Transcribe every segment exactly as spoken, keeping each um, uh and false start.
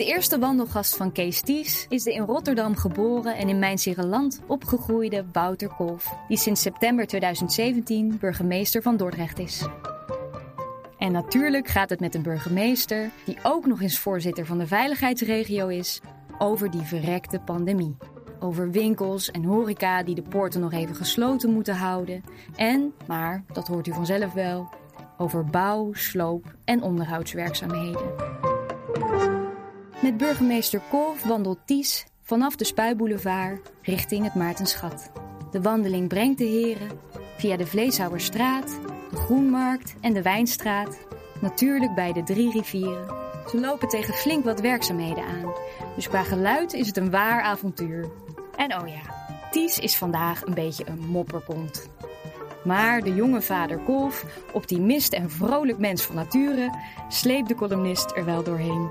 De eerste wandelgast van Kees Ties is de in Rotterdam geboren en in Mijnsierenland opgegroeide Wouter Kolff, die sinds september tweeduizend zeventien burgemeester van Dordrecht is. En natuurlijk gaat het met een burgemeester, die ook nog eens voorzitter van de veiligheidsregio is, over die verrekte pandemie. Over winkels en horeca die de poorten nog even gesloten moeten houden. En, maar dat hoort u vanzelf wel, over bouw, sloop en onderhoudswerkzaamheden. Met burgemeester Kolff wandelt Ties vanaf de Spuiboulevard richting het Maartensgat. De wandeling brengt de heren via de Vleeshouwerstraat, de Groenmarkt en de Wijnstraat, natuurlijk bij de Drie Rivieren. Ze lopen tegen flink wat werkzaamheden aan, dus qua geluid is het een waar avontuur. En oh ja, Ties is vandaag een beetje een mopperkont. Maar de jonge vader Kolff, optimist en vrolijk mens van nature, sleept de columnist er wel doorheen.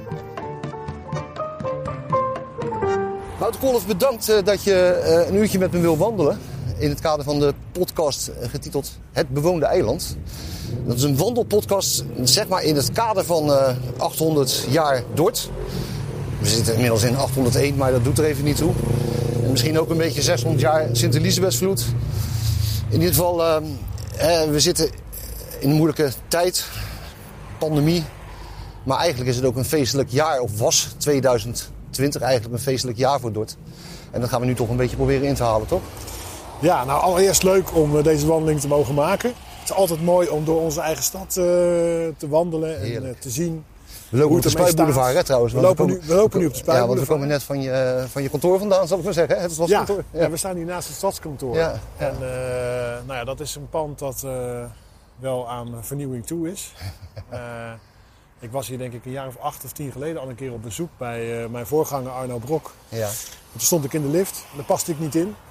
Wouter Kolff, bedankt uh, dat je uh, een uurtje met me wil wandelen. In het kader van de podcast uh, getiteld Het Bewoonde Eiland. Dat is een wandelpodcast, zeg maar in het kader van uh, achthonderd jaar Dort. We zitten inmiddels in achthonderdéén, maar dat doet er even niet toe. En misschien ook een beetje zeshonderd jaar Sint-Elisabethsvloed. In ieder geval, uh, uh, we zitten in een moeilijke tijd. Pandemie. Maar eigenlijk is het ook een feestelijk jaar, of was tweeduizend twintig eigenlijk een feestelijk jaar voor Dort. En dat gaan we nu toch een beetje proberen in te halen, toch? Ja, nou allereerst leuk om deze wandeling te mogen maken. Het is altijd mooi om door onze eigen stad uh, te wandelen en uh, te zien. We lopen op de Spuiboulevard, hè, trouwens. We lopen, we, komen, nu, we lopen nu op de Spuiboulevard. Ja, want we komen net van je, van je kantoor vandaan, zal ik maar zeggen. Het stadskantoor. Ja, ja, we staan hier naast het stadskantoor. Ja, ja. En uh, nou ja, dat is een pand dat uh, wel aan vernieuwing toe is. Uh, ik was hier denk ik een jaar of acht of tien geleden al een keer op bezoek bij uh, mijn voorganger Arno Brok. Ja. Toen stond ik in de lift, daar paste ik niet in.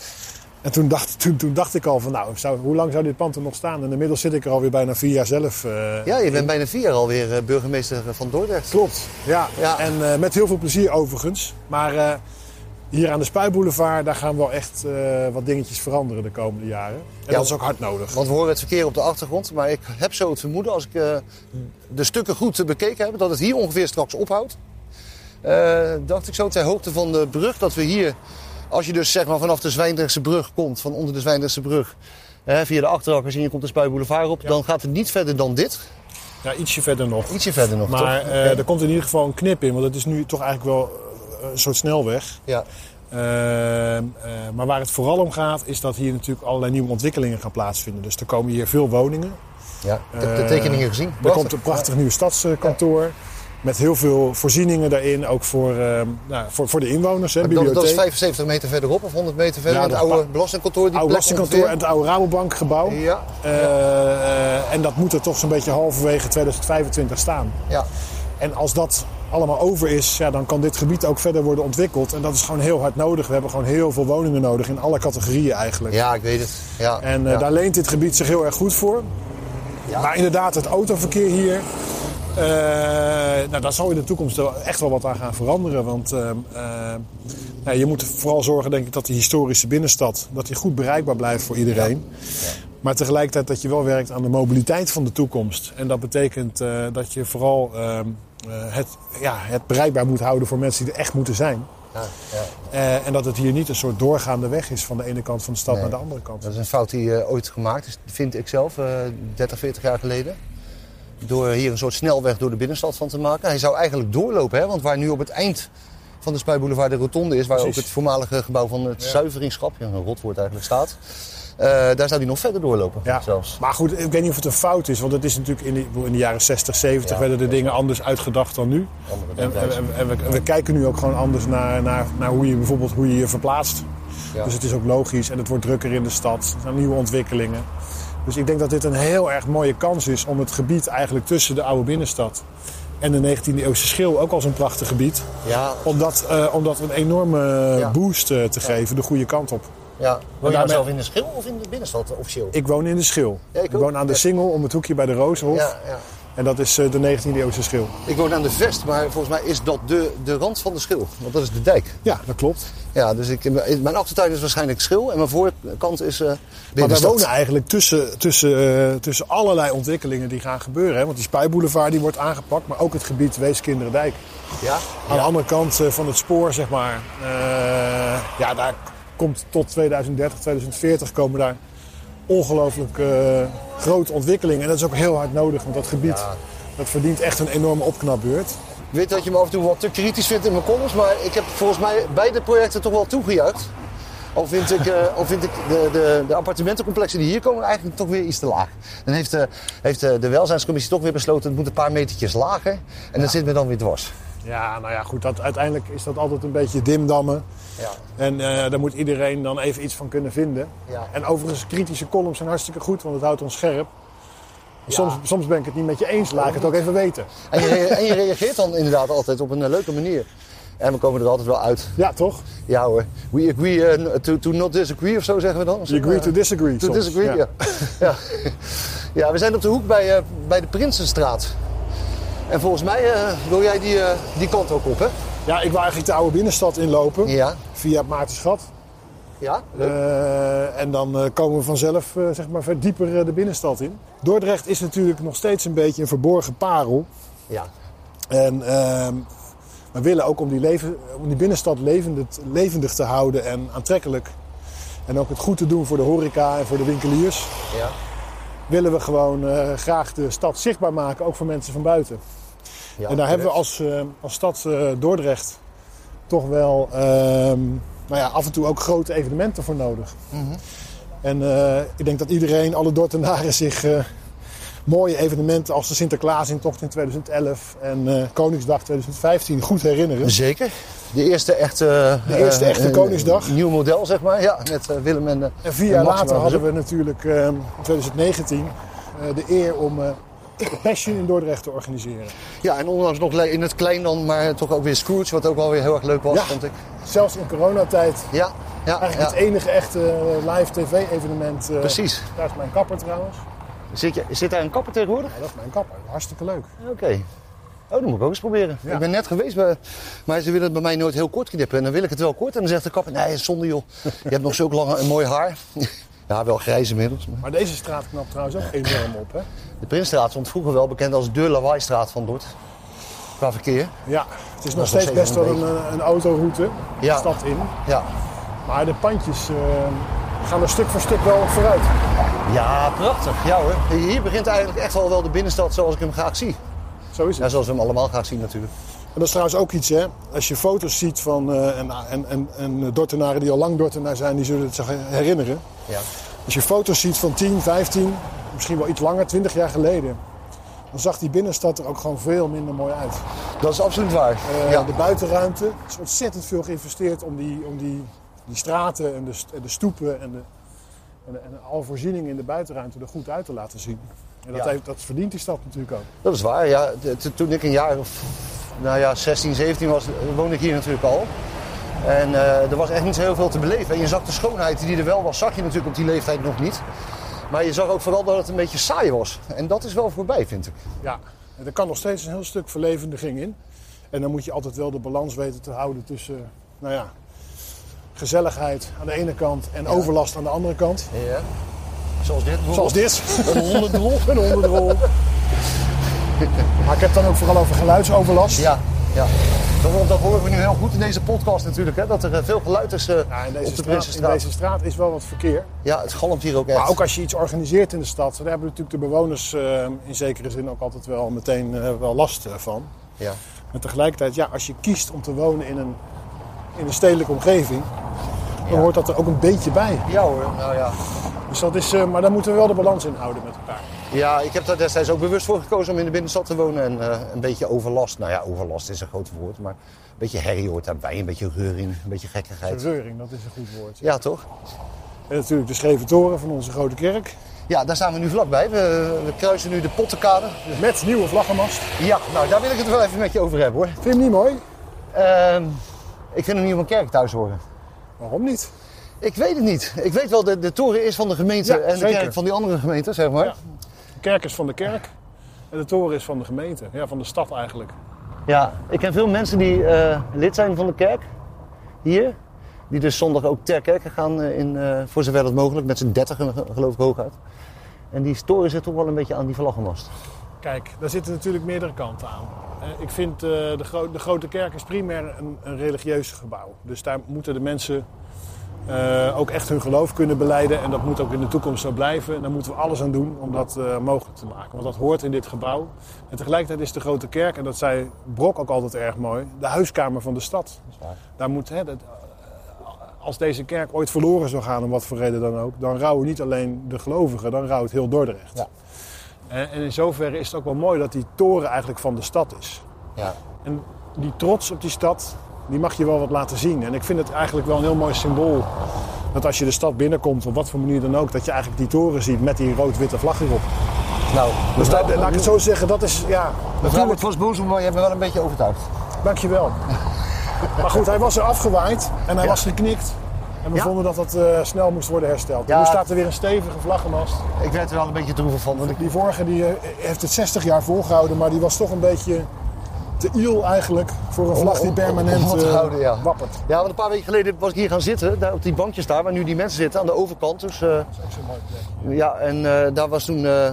En toen dacht, toen, toen dacht ik al van nou, zou, hoe lang zou dit pand er nog staan? En inmiddels zit ik er alweer bijna vier jaar zelf. Uh, ja, je bent in. bijna vier jaar alweer uh, burgemeester van Dordrecht. Klopt, ja. ja. En uh, met heel veel plezier overigens. Maar uh, hier aan de Spuiboulevard, daar gaan wel echt uh, wat dingetjes veranderen de komende jaren. En ja, dat is ook hard nodig. Want we horen het verkeer op de achtergrond. Maar ik heb zo het vermoeden, als ik uh, de stukken goed bekeken heb, dat het hier ongeveer straks ophoudt. Uh, dacht ik zo ter hoogte van de brug, dat we hier... Als je dus zeg maar vanaf de Zwijndrechtse brug komt, van onder de Zwijndrechtse brug, hè, via de Achterrakkers en je komt de Spuiboulevard op, ja. Dan gaat het niet verder dan dit. Ja, ietsje verder nog. Ietsje verder nog, maar toch? Uh, ja. Er komt in ieder geval een knip in, want het is nu toch eigenlijk wel een soort snelweg. Ja. Uh, uh, maar waar het vooral om gaat, is dat hier natuurlijk allerlei nieuwe ontwikkelingen gaan plaatsvinden. Dus er komen hier veel woningen. Ja, ik heb de tekeningen gezien. Prachtig. Er komt een prachtig ja. nieuw stadskantoor. Ja. Met heel veel voorzieningen daarin, ook voor, uh, nou, voor, voor de inwoners. Hè, bibliotheek. Dat is vijfenzeventig meter verderop of honderd meter verder. Ja, het oude belastingkantoor. Het oude belastingkantoor en het oude Rabobankgebouw. Ja. Uh, uh, en dat moet er toch zo'n beetje halverwege tweeduizend vijfentwintig staan. Ja. En als dat allemaal over is, ja, dan kan dit gebied ook verder worden ontwikkeld. En dat is gewoon heel hard nodig. We hebben gewoon heel veel woningen nodig in alle categorieën eigenlijk. Ja, ik weet het. Ja. En uh, ja. daar leent dit gebied zich heel erg goed voor. Ja. Maar inderdaad, het autoverkeer hier... Uh, nou, daar zal in de toekomst echt wel wat aan gaan veranderen. Want uh, uh, nou, je moet vooral zorgen, denk ik, dat die historische binnenstad dat die goed bereikbaar blijft voor iedereen. Ja. Ja. Maar tegelijkertijd dat je wel werkt aan de mobiliteit van de toekomst. En dat betekent uh, dat je vooral uh, uh, het, ja, het bereikbaar moet houden voor mensen die er echt moeten zijn. Ja, ja. Uh, en dat het hier niet een soort doorgaande weg is van de ene kant van de stad nee. naar de andere kant. Dat is een fout die uh, ooit gemaakt is, vind ik zelf, uh, dertig, veertig jaar geleden. Door hier een soort snelweg door de binnenstad van te maken. Hij zou eigenlijk doorlopen, hè? Want waar nu op het eind van de Spuiboulevard de rotonde is... waar Precies. ook het voormalige gebouw van het ja. zuiveringschap, ja, een rotwoord eigenlijk, staat... Uh, daar zou hij nog verder doorlopen. Ja. Zelfs. Maar goed, ik weet niet of het een fout is. Want het is natuurlijk in de, in de jaren zestig, zeventig ja. werden de dingen anders uitgedacht dan nu. En, en, en, en we, we kijken nu ook gewoon anders naar, naar, naar hoe je bijvoorbeeld hoe je je verplaatst. Ja. Dus het is ook logisch en het wordt drukker in de stad. Er zijn nieuwe ontwikkelingen. Dus ik denk dat dit een heel erg mooie kans is om het gebied eigenlijk tussen de oude binnenstad en de negentiende eeuwse Schil, ook als een prachtig gebied, ja. om, dat, uh, om dat een enorme ja. boost uh, te geven, de goede kant op. Ja. Woon je nou zelf in de Schil of in de binnenstad officieel? Ik woon in de Schil. Ja, ik, ik woon aan de Singel om het hoekje bij de Rozenhof. Ja, ja. En dat is uh, de negentiende eeuwse Schil. Ik woon aan de Vest, maar volgens mij is dat de, de rand van de Schil. Want dat is de dijk. Ja, dat klopt. Ja, dus ik, mijn achtertuin is waarschijnlijk Schil en mijn voorkant is uh, Maar wij wonen eigenlijk tussen, tussen, uh, tussen allerlei ontwikkelingen die gaan gebeuren. Hè? Want die Spuiboulevard die wordt aangepakt, maar ook het gebied Weeskinderdijk. Ja? Aan ja. de andere kant uh, van het spoor, zeg maar. Uh, ja, daar komt tot tweeduizend dertig, tweeduizend veertig komen daar ongelooflijk uh, grote ontwikkelingen. En dat is ook heel hard nodig, want dat gebied ja. dat verdient echt een enorme opknapbeurt. Ik weet dat je me af en toe wat te kritisch vindt in mijn columns, maar ik heb volgens mij beide projecten toch wel toegejuicht. Al vind ik, uh, al vind ik de, de, de appartementencomplexen die hier komen eigenlijk toch weer iets te laag. Dan heeft, uh, heeft uh, de welzijnscommissie toch weer besloten, het moet een paar metertjes lager. En ja. dat zit me dan weer dwars. Ja, nou ja, goed, dat, uiteindelijk is dat altijd een beetje dimdammen. Ja. En uh, daar moet iedereen dan even iets van kunnen vinden. Ja. En overigens, kritische columns zijn hartstikke goed, want het houdt ons scherp. Ja. Soms, soms ben ik het niet met je eens, laat ik het ook even weten. En je, en je reageert dan inderdaad altijd op een uh, leuke manier. En we komen er altijd wel uit. Ja, toch? Ja hoor. We agree uh, to, to not disagree of zo zeggen we dan. We agree uh, to disagree To soms. disagree, ja. Ja. ja. ja, we zijn op de hoek bij, uh, bij de Prinsenstraat. En volgens mij uh, wil jij die, uh, die kant ook op, hè? Ja, ik wil eigenlijk de oude binnenstad inlopen. Ja. Via het Maartensgat. Ja? Uh, en dan uh, komen we vanzelf uh, zeg maar dieper uh, de binnenstad in. Dordrecht is natuurlijk nog steeds een beetje een verborgen parel. Ja. En uh, we willen ook om die, leven, om die binnenstad levendig, levendig te houden en aantrekkelijk. En ook het goed te doen voor de horeca en voor de winkeliers. Ja. Willen we gewoon uh, graag de stad zichtbaar maken, ook voor mensen van buiten. Ja, en daar hebben we als, uh, als stad uh, Dordrecht toch wel uh, nou ja, af en toe ook grote evenementen voor nodig. Mm-hmm. En uh, ik denk dat iedereen, alle Dordtenaren, zich uh, mooie evenementen als de Sinterklaasintocht in tweeduizend elf en uh, Koningsdag tweeduizend vijftien goed herinneren. Zeker. De eerste echte, de eerste uh, echte uh, Koningsdag. Nieuw model, zeg maar. Ja, met uh, Willem en uh, En vier jaar later hadden we natuurlijk uh, in tweeduizend negentien uh, de eer om uh, de Passion in Dordrecht te organiseren. Ja, en ondanks nog in het klein dan, maar toch ook weer Scrooge, wat ook wel weer heel erg leuk was, ja, vond ik. Zelfs in coronatijd. Ja, ja. Eigenlijk ja. het enige echte live tv-evenement. Uh, Precies. Daar is mijn kapper trouwens. Zit, je, zit daar een kapper tegenwoordig? Ja, dat is mijn kapper. Hartstikke leuk. Oké. Okay. Oh, dat moet ik ook eens proberen. Ja. Ik ben net geweest, bij, maar ze willen het bij mij nooit heel kort knippen. En dan wil ik het wel kort en dan zegt de kapper, nee, zonde joh. Je hebt nog zulk lang en mooi haar. Ja, wel grijs inmiddels. Maar... maar deze straat knapt trouwens ook enorm op, hè? De Prinsstraat stond vroeger wel bekend als de lawaaistraat van Dort. Qua verkeer. Ja, het is nog steeds, steeds best wel een, een, een autoroute, ja. de stad in. Ja. Maar de pandjes uh, gaan er stuk voor stuk wel op vooruit. Ja, prachtig. Ja hoor. Hier begint eigenlijk echt wel, wel de binnenstad zoals ik hem graag zie. Zo is het. Ja, zoals we hem allemaal graag zien natuurlijk. En dat is trouwens ook iets, hè. Als je foto's ziet van uh, en, en, en, en Dordtenaren die al lang Dordtenaar zijn, die zullen het zich herinneren. Ja. Als je foto's ziet van tien, vijftien, misschien wel iets langer, twintig jaar geleden, dan zag die binnenstad er ook gewoon veel minder mooi uit. Dat is absoluut waar. Uh, ja. De buitenruimte, er is ontzettend veel geïnvesteerd om die, om die, die straten en de, en de stoepen en, de, en, de, en alle voorzieningen in de buitenruimte er goed uit te laten zien. En dat, ja. heeft, dat verdient die stad natuurlijk ook. Dat is waar, ja. Toen ik een jaar of nou ja, zestien, zeventien was, woonde ik hier natuurlijk al. En uh, er was echt niet zo heel veel te beleven. En je zag de schoonheid die er wel was, zag je natuurlijk op die leeftijd nog niet. Maar je zag ook vooral dat het een beetje saai was. En dat is wel voorbij, vind ik. Ja, en er kan nog steeds een heel stuk verlevendiging in. En dan moet je altijd wel de balans weten te houden tussen, nou ja, gezelligheid aan de ene kant en ja. overlast aan de andere kant. Ja. Zoals dit Zoals dit. Een hondendrol. Een hondendrol. Maar ik heb het dan ook vooral over geluidsoverlast. Ja, ja. Dat, dat horen we nu heel goed in deze podcast natuurlijk, hè? Dat er veel geluid is uh, ja, in deze op de straat, in deze straat is wel wat verkeer. Ja, het galmt hier ook echt. Maar ook als je iets organiseert in de stad, daar hebben natuurlijk de bewoners uh, in zekere zin ook altijd wel meteen uh, wel last uh, van. Ja. En tegelijkertijd, ja, als je kiest om te wonen in een, in een stedelijke omgeving, dan ja. hoort dat er ook een beetje bij. Ja hoor, nou ja. Dus dat is, uh, maar daar moeten we wel de balans in houden met elkaar. Ja, ik heb daar destijds ook bewust voor gekozen om in de binnenstad te wonen. En uh, een beetje overlast, nou ja, overlast is een groot woord, maar een beetje herrie hoort daarbij. Een beetje reuring, een beetje gekkigheid. Reuring, dat is een goed woord. Ja, ja toch? En natuurlijk de Scheve Toren van onze grote kerk. Ja, daar staan we nu vlakbij. We, we kruisen nu de Pottenkade. Met nieuwe vlaggenmast. Ja, nou daar wil ik het wel even met je over hebben hoor. Vind je hem niet mooi? Uh, ik vind hem niet op een kerk thuis horen. Waarom niet? Ik weet het niet. Ik weet wel, de, de toren is van de gemeente ja, en zeker. De kerk van die andere gemeenten, zeg maar. Ja. De kerk is van de kerk. En de toren is van de gemeente, ja, van de stad eigenlijk. Ja, ik ken veel mensen die uh, lid zijn van de kerk hier. Die dus zondag ook ter kerke gaan, in, uh, voor zover dat mogelijk, met z'n dertigen geloof ik hooguit. En die storen zich toch wel een beetje aan die vlaggenmast. Kijk, daar zitten natuurlijk meerdere kanten aan. Ik vind uh, de, gro- de grote kerk is primair een, een religieus gebouw. Dus daar moeten de mensen uh, ook echt hun geloof kunnen belijden. En dat moet ook in de toekomst zo blijven. En daar moeten we alles aan doen om dat uh, mogelijk te maken. Want dat hoort in dit gebouw. En tegelijkertijd is de grote kerk, en dat zei Brok ook altijd erg mooi, de huiskamer van de stad. Dat is waar. Daar moet, hè, dat, als deze kerk ooit verloren zou gaan, om wat voor reden dan ook, dan rouwen niet alleen de gelovigen, dan rouwt heel Dordrecht. Ja. En, en in zoverre is het ook wel mooi dat die toren eigenlijk van de stad is. Ja. En die trots op die stad, die mag je wel wat laten zien. En ik vind het eigenlijk wel een heel mooi symbool dat als je de stad binnenkomt, op wat voor manier dan ook, dat je eigenlijk die toren ziet met die rood-witte vlag erop. Nou, dus dat, laat ik het zo zeggen, dat is, ja... Mevrouw wordt vast boos, maar je hebt me wel een beetje overtuigd. Dankjewel. Maar goed, hij was er afgewaaid en hij ja. was geknikt. En we ja. vonden dat dat uh, snel moest worden hersteld. Ja. En nu staat er weer een stevige vlaggenmast. Ik werd er wel een beetje droevig van. Want ik... Die vorige die, uh, heeft het zestig jaar volgehouden, maar die was toch een beetje te iel eigenlijk voor een vlag die permanent uh, houden, ja. wappert. Ja, want een paar weken geleden was ik hier gaan zitten, daar op die bankjes daar, waar nu die mensen zitten, aan de overkant. Dus, uh, dat is ook zo'n mooi plek. Ja, en uh, daar was toen, uh, uh,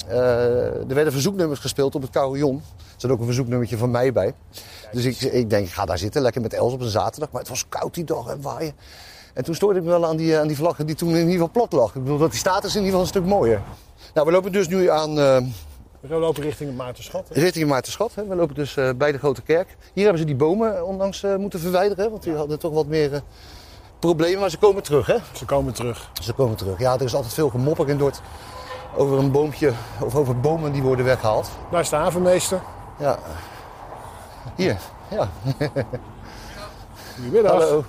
er werden verzoeknummers gespeeld op het carillon. Er zat ook een verzoeknummertje van mij bij. Dus ik, ik denk, ik ga daar zitten, lekker met Els op een zaterdag. Maar het was koud die dag en waaien. En toen stoorde ik me wel aan die, aan die vlaggen die toen in ieder geval plat lag. Ik bedoel, dat die status in ieder geval een stuk mooier. Nou, we lopen dus nu aan... Uh, we lopen richting het Maartenschat. Hè? Richting het Maartenschat. Hè. We lopen dus uh, bij de Grote Kerk. Hier hebben ze die bomen onlangs uh, moeten verwijderen. Want die hadden toch wat meer uh, problemen. Maar ze komen terug, hè? Ze komen terug. Ze komen terug. Ja, er is altijd veel gemopper in Dort over een boompje of over bomen die worden weggehaald. Daar is de havenmeester. Ja. Hier, ja. Goedemiddag. Hallo.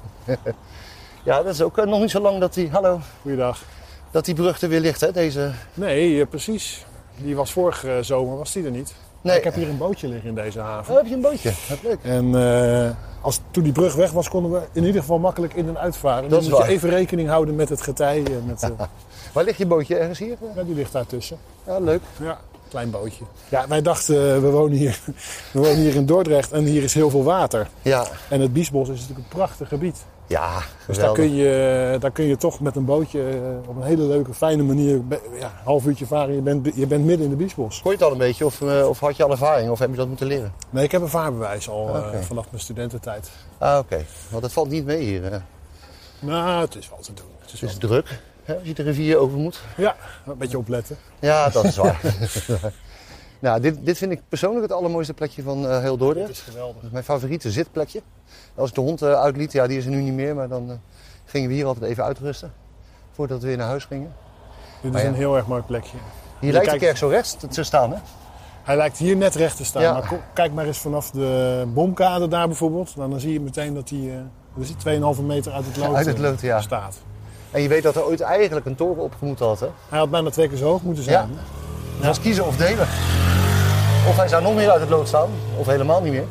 Ja, dat is ook uh, nog niet zo lang dat die... Hallo. Goeiedag. Dat die brug er weer ligt, hè, deze... Nee, uh, precies. Die was vorige zomer, was die er niet. Nee. Ik heb hier een bootje liggen in deze haven. Oh, heb je een bootje? Dat is leuk. En uh, als, toen die brug weg was, konden we in ieder geval makkelijk in en uitvaren. Dan moet waar. je even rekening houden met het getij. Met, uh... Waar ligt je bootje? Ergens hier? Ja, die ligt daartussen. Ja, leuk. Ja. Klein bootje. Ja, wij dachten, we wonen, hier, we wonen hier in Dordrecht en hier is heel veel water. Ja. En het Biesbos is natuurlijk een prachtig gebied. Ja, dus daar kun, je, daar kun je toch met een bootje op een hele leuke, fijne manier, ja, een half uurtje varen. Je bent, je bent midden in de Biesbos. Kon je het al een beetje of, uh, of had je al ervaring of heb je dat moeten leren? Nee, ik heb een vaarbewijs al okay. uh, vanaf mijn studententijd. Ah, oké. Okay. Want dat valt niet mee hier. Hè? Nou, het is wel te doen. Het is, het is druk. Hè, als je de rivier over moet. Ja, een beetje opletten. Ja, dat is waar. Nou, dit, dit vind ik persoonlijk het allermooiste plekje van uh, heel Dordrecht. Dit is geweldig. Dat is mijn favoriete zitplekje. Als ik de hond uh, uitliet, ja, die is er nu niet meer, maar dan uh, gingen we hier altijd even uitrusten. Voordat we weer naar huis gingen. Dit is ja. een heel erg mooi plekje. Hier je lijkt kijkt... de kerk zo recht te staan, hè? Hij lijkt hier net recht te staan. Ja. Maar kijk maar eens vanaf de bomkade daar bijvoorbeeld. Dan zie je meteen dat hij uh, twee komma vijf meter uit het lood, uit het lood ja. staat. En je weet dat er ooit eigenlijk een toren opgemoet had, hè? Hij had bijna twee keer zo hoog moeten zijn. Ja. Het was kiezen of delen. Of hij zou nog meer uit het lood staan, of helemaal niet meer.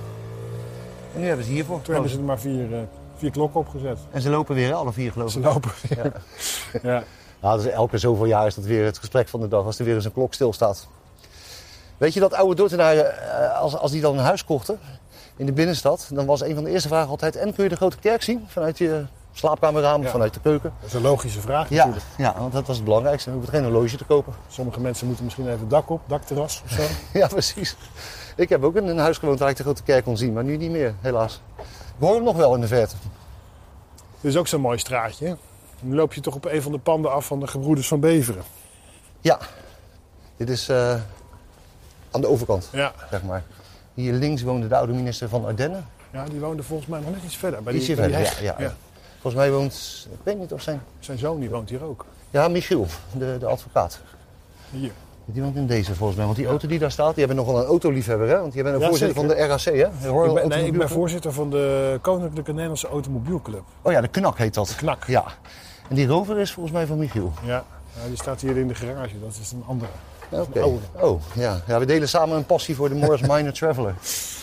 En nu hebben ze hiervoor. Toen hebben ze er maar vier, uh, vier klokken opgezet. En ze lopen weer, alle vier geloof ik. Ze lopen weer. Ja. Ja. Nou, dus elke zoveel jaar is dat weer het gesprek van de dag, als er weer eens een klok stilstaat. Weet je dat oude Dordtenaren, als, als die dan een huis kochten in de binnenstad, dan was een van de eerste vragen altijd, en kun je de Grote Kerk zien vanuit je slaapkamerraam, ja. vanuit de keuken? Dat is een logische vraag ja, natuurlijk. Ja, want dat was het belangrijkste. We hoeven geen horloge te kopen. Sommige mensen moeten misschien even dak op, dakterras of zo. Ja, precies. Ik heb ook in een huis gewoond waar ik de Grote Kerk kon zien, maar nu niet meer, helaas. Ik hoor hem nog wel in de verte. Dit is ook zo'n mooi straatje, hè? Nu loop je toch op een van de panden af van de Gebroeders van Beveren. Ja, dit is uh, aan de overkant, ja. zeg maar. Hier links woonde de oude minister van Ardennen. Ja, die woonde volgens mij nog net iets verder. Bij die, iets bij die verder, ja, ja, ja. Volgens mij woont, ik weet niet of zijn... Zijn zoon die woont hier ook. Ja, Michiel, de, de advocaat. Hier. Die woont in deze volgens mij, want die auto die daar staat, die hebben nogal een autoliefhebber, hè? Want jij bent een ja, voorzitter zeker. van de R A C, hè? De ik ben, nee, ik ben voorzitter van de Koninklijke Nederlandse Automobielclub. Oh ja, de Knak heet dat. De Knak. Ja. En die Rover is volgens mij van Michiel. Ja, ja die staat hier in de garage, dat is een andere. Oké. Okay. Oh, ja. ja. We delen samen een passie voor de Morris Minor Traveller.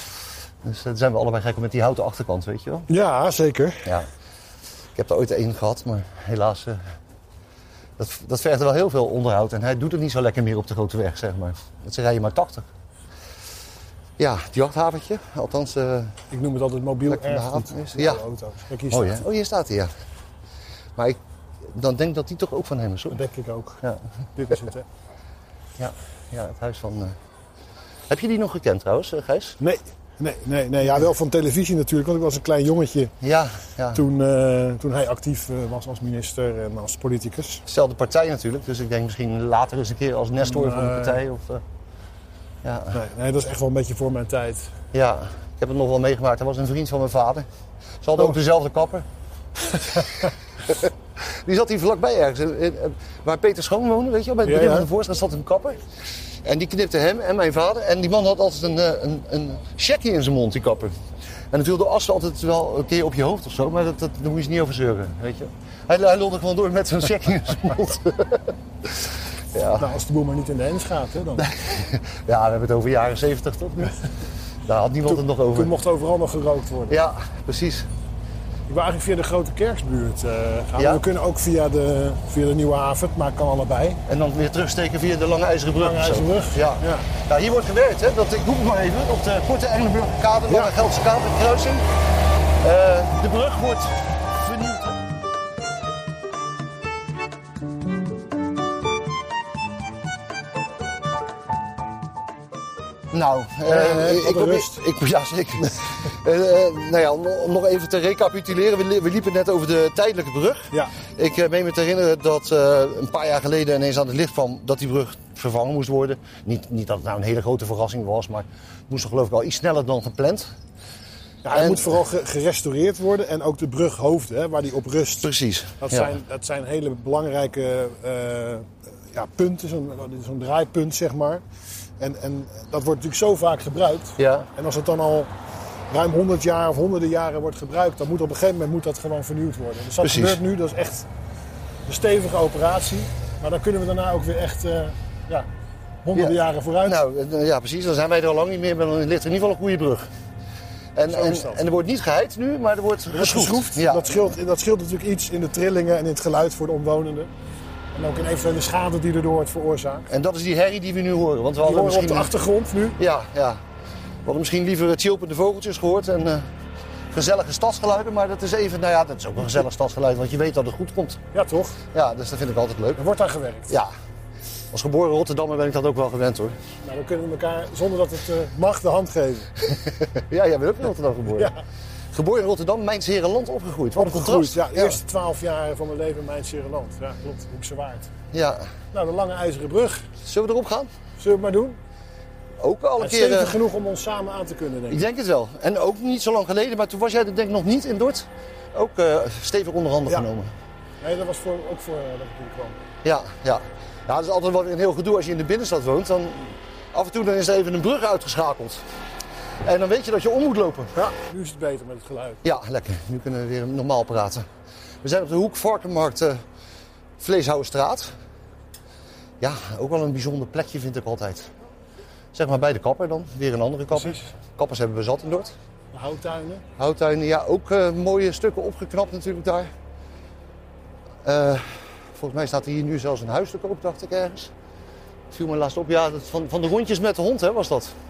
Dus daar zijn we allebei gek met die houten achterkant, weet je wel? Ja, zeker. Ja. Ik heb er ooit één gehad, maar helaas... Uh, dat, dat vergt wel heel veel onderhoud. En hij doet het niet zo lekker meer op de grote weg, zeg maar. Dat ze rijden maar tachtig. Ja, het jachthaventje. Althans, uh, ik noem het altijd mobiel van de erfgoed. haven is. Ja. Auto's. Kijk, hier Oh, staat ja. Oh, hier staat hij, ja. Maar ik dan denk dat die toch ook van hem is, hoor. Dat denk ik ook. Ja. Dit is het, hè? Ja, ja, het huis van... Uh... Heb je die nog gekend trouwens, uh, Gijs? Nee, nee, nee, nee. Ja, wel van televisie natuurlijk. Want ik was een klein jongetje ja, ja. Toen, uh, toen hij actief uh, was als minister en als politicus. Dezelfde partij natuurlijk, dus ik denk misschien later eens een keer als nestor nee. van de partij. Of, uh... ja. nee, nee, dat is echt wel een beetje voor mijn tijd. Ja, ik heb het nog wel meegemaakt. Hij was een vriend van mijn vader. Ze hadden oh. ook dezelfde kapper. Die zat hier vlakbij ergens. Waar Peter Schoon woonde, weet je wel, bij het begin ja, ja. van de voorstraat zat een kapper. En die knipte hem en mijn vader. En die man had altijd een, een, een checkie in zijn mond, die kapper. En dan viel de as altijd wel een keer op je hoofd of zo, maar dat, dat, daar moet je niet over zeuren, weet je. Hij, hij lulde gewoon door met zo'n checkie in zijn mond. ja. Nou, als de boel maar niet in de hens gaat, hè, dan. Ja, we hebben het over jaren zeventig toch nu. Daar had niemand toen, het nog over. Toen mocht overal nog gerookt worden. Ja, precies. Ik wil eigenlijk via de Grote Kerksbuurt uh, gaan. Ja? We kunnen ook via de, via de Nieuwe Haven, maar kan allebei. En dan weer terugsteken via de Lange IJzeren Brug. Lange IJzeren Brug. Ja. Ja. Nou, hier wordt gewerkt, hè? Dat, ik roep het maar even, op de Korte Engelenburgerkade, Lange ja. Geldse Kaderkruising. Uh, de brug wordt vernieuwd. Nou, uh, uh, ik, ik, ik, ja zeker. uh, uh, nou ja, om, om nog even te recapituleren. We, we liepen net over de tijdelijke brug. Ja. Ik uh, meen me te herinneren dat uh, een paar jaar geleden ineens aan het licht kwam dat die brug vervangen moest worden. Niet, niet dat het nou een hele grote verrassing was, maar het moest er geloof ik al iets sneller dan gepland. Ja, het en, moet vooral gerestaureerd worden en ook de brughoofden, hè, waar die op rust. Precies. Dat, ja. zijn, dat zijn hele belangrijke uh, ja, punten, zo'n, zo'n draaipunt zeg maar. En, en dat wordt natuurlijk zo vaak gebruikt. Ja. En als het dan al ruim honderd jaar of honderden jaren wordt gebruikt, dan moet op een gegeven moment moet dat gewoon vernieuwd worden. Dus dat Precies. gebeurt nu, dat is echt een stevige operatie. Maar dan kunnen we daarna ook weer echt uh, ja, honderden ja. jaren vooruit. Nou ja, precies. Dan zijn wij er al lang niet meer, maar dan ligt er in ieder geval een goede brug. En, en, en er wordt niet geheid nu, maar er wordt geschroefd. geschroefd. Ja. Dat, scheelt, dat scheelt natuurlijk iets in de trillingen en in het geluid voor de omwonenden. En ook in eventuele schade die erdoor wordt veroorzaakt. En dat is die herrie die we nu horen. Want we die hadden misschien op de achtergrond nu. Ja, ja. We hadden misschien liever chilpende vogeltjes gehoord en uh, gezellige stadsgeluiden. Maar dat is even, nou ja, dat is ook een gezellig stadsgeluid, want je weet dat het goed komt. Ja, toch? Ja, dus dat vind ik altijd leuk. Er wordt aan gewerkt. Ja. Als geboren Rotterdammer ben ik dat ook wel gewend, hoor. Nou, dan kunnen we elkaar, zonder dat het uh, mag, de hand geven. Ja, jij bent ook in Rotterdam geboren. Ja. Geboren in Rotterdam, Mijns-Herenland opgegroeid. Wat een contrast. Ja, de eerste twaalf jaar van mijn leven in Mijns-Herenland. Ja, klopt. Hoekse Waard. Ja. Nou, de Lange IJzeren Brug. Zullen we erop gaan? Zullen we het maar doen? Ook al een keer... stevig uh... genoeg om ons samen aan te kunnen, denk ik. Ik denk het wel. En ook niet zo lang geleden, maar toen was jij er denk ik nog niet in Dort. Ook uh, stevig onder handen ja. genomen. Nee, dat was voor, ook voor uh, dat ik hier kwam. Ja, ja. Ja, dat is altijd wel een heel gedoe als je in de binnenstad woont. Dan af en toe dan is er even een brug uitgeschakeld. En dan weet je dat je om moet lopen. Ja, nu is het beter met het geluid. Ja, lekker. Nu kunnen we weer normaal praten. We zijn op de hoek Varkenmarkt uh, Vleeshouwerstraat. Ja, ook wel een bijzonder plekje vind ik altijd. Zeg maar bij de kapper dan. Weer een andere kapper. Precies. Kappers hebben we zat in Dort. De houttuinen. Houttuinen, ja. Ook uh, mooie stukken opgeknapt natuurlijk daar. Uh, volgens mij staat hier nu zelfs een huis te koop, dacht ik ergens. Het viel me laatst op. Ja, dat van, van de rondjes met de hond, hè, was dat.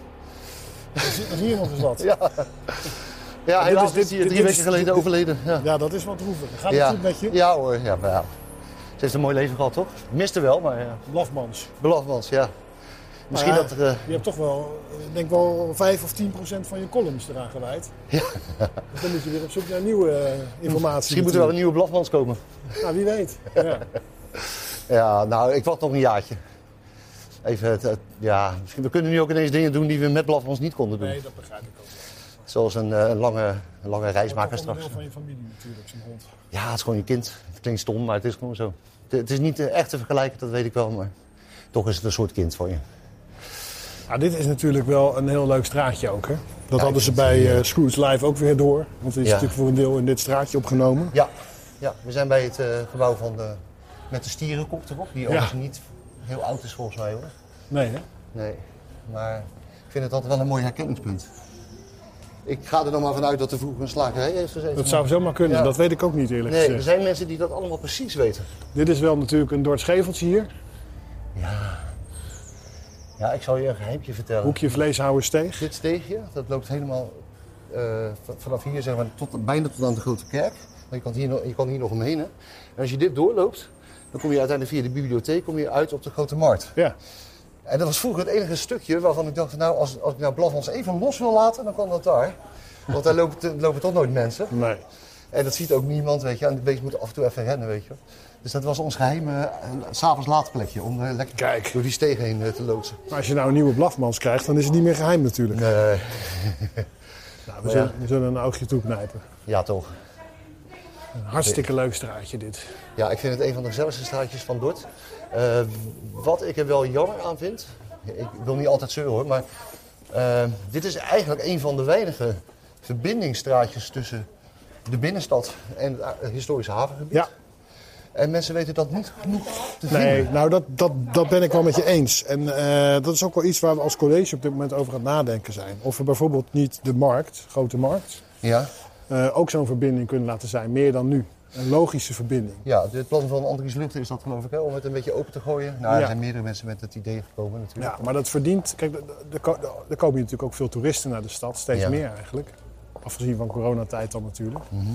Is hier nog eens wat? Ja, ja helaas is hij drie weken geleden dit, overleden. Ja. ja, dat is wat droevig. Gaat ja. het goed met je? Ja hoor, ja, maar ja. Ze heeft een mooi leven gehad, toch? Miste wel, maar ja. Blafmans. Blafmans, ja. Misschien ja, dat er... Uh... Je hebt toch wel, ik denk wel vijf of tien procent van je columns eraan gewijd. Ja. Dus dan moet je weer op zoek naar nieuwe uh, informatie. Misschien moet er wel een nieuwe Blafmans komen. Nou, wie weet. Ja. Ja, nou, ik wacht nog een jaartje. Even, het, het, ja, misschien, we kunnen nu ook ineens dingen doen die we met Blafmans niet konden doen. Nee, dat begrijp ik ook. Zoals een, een, lange, een lange reis maken straks. Het is een deel van je familie natuurlijk, zo'n hond. Ja, het is gewoon je kind. Het klinkt stom, maar het is gewoon zo. Het, het is niet echt te vergelijken, dat weet ik wel, maar toch is het een soort kind voor je. Ja, dit is natuurlijk wel een heel leuk straatje ook, hè? Dat ja, hadden ze bij uh, Scrooge Live ook weer door. Want het is ja. natuurlijk voor een deel in dit straatje opgenomen. Ja, ja. We zijn bij het uh, gebouw van de, met de stierenkop erop. Die overigens ja. niet heel oud is volgens mij, hoor. Nee, hè? Nee, maar ik vind het altijd wel een mooi herkenningspunt. Ik ga er dan maar vanuit dat er vroeger een slagerij heeft gezeten. Dat zou zomaar kunnen, ja. Dat weet ik ook niet eerlijk nee, gezegd. Er zijn mensen die dat allemaal precies weten. Dit is wel natuurlijk een Dordt scheveltje hier. Ja. Ja, ik zal je een geheimje vertellen. Hoekje Vleeshouwersteeg. Dit steegje, dat loopt helemaal uh, vanaf hier zeg maar, tot, bijna tot aan de Grote Kerk. Je kan hier nog, je kan hier nog omheen. Hè? En als je dit doorloopt, dan kom je uiteindelijk via de bibliotheek kom je uit op de Grote Markt. Ja. En dat was vroeger het enige stukje waarvan ik dacht, nou, als, als ik nou Blafmans even los wil laten, dan kan dat daar. Want daar lopen, lopen toch nooit mensen. Nee. En dat ziet ook niemand, weet je. En de beest moet af en toe even rennen, weet je. Dus dat was ons geheime uh, 's avonds laat plekje om uh, lekker Kijk. door die steeg heen uh, te loodsen. Maar als je nou een nieuwe Blafmans krijgt, dan is het niet meer geheim natuurlijk. Nee. Nou, we, ja. zullen, we zullen een oogje toeknijpen. Ja, toch. Een hartstikke leuk straatje dit. Ja, ik vind het een van de gezelligste straatjes van Dort. Uh, wat ik er wel jammer aan vind, ik wil niet altijd zeuren hoor, maar uh, dit is eigenlijk een van de weinige verbindingsstraatjes tussen de binnenstad en het historische havengebied. Ja. En mensen weten dat niet genoeg te vinden. Nee, nou dat, dat, dat ben ik wel met je eens. En uh, dat is ook wel iets waar we als college op dit moment over aan het nadenken zijn. Of we bijvoorbeeld niet de markt, grote markt, Ja. uh, ook zo'n verbinding kunnen laten zijn, meer dan nu. Een logische verbinding. Ja, het plan van Andries Luchter is dat geloof ik, hè, om het een beetje open te gooien. Nou, er Ja. zijn meerdere mensen met het idee gekomen natuurlijk. Ja, maar dat verdient... Kijk, er komen natuurlijk ook veel toeristen naar de stad. Steeds Ja. meer eigenlijk. Afgezien van coronatijd dan natuurlijk. Mm-hmm.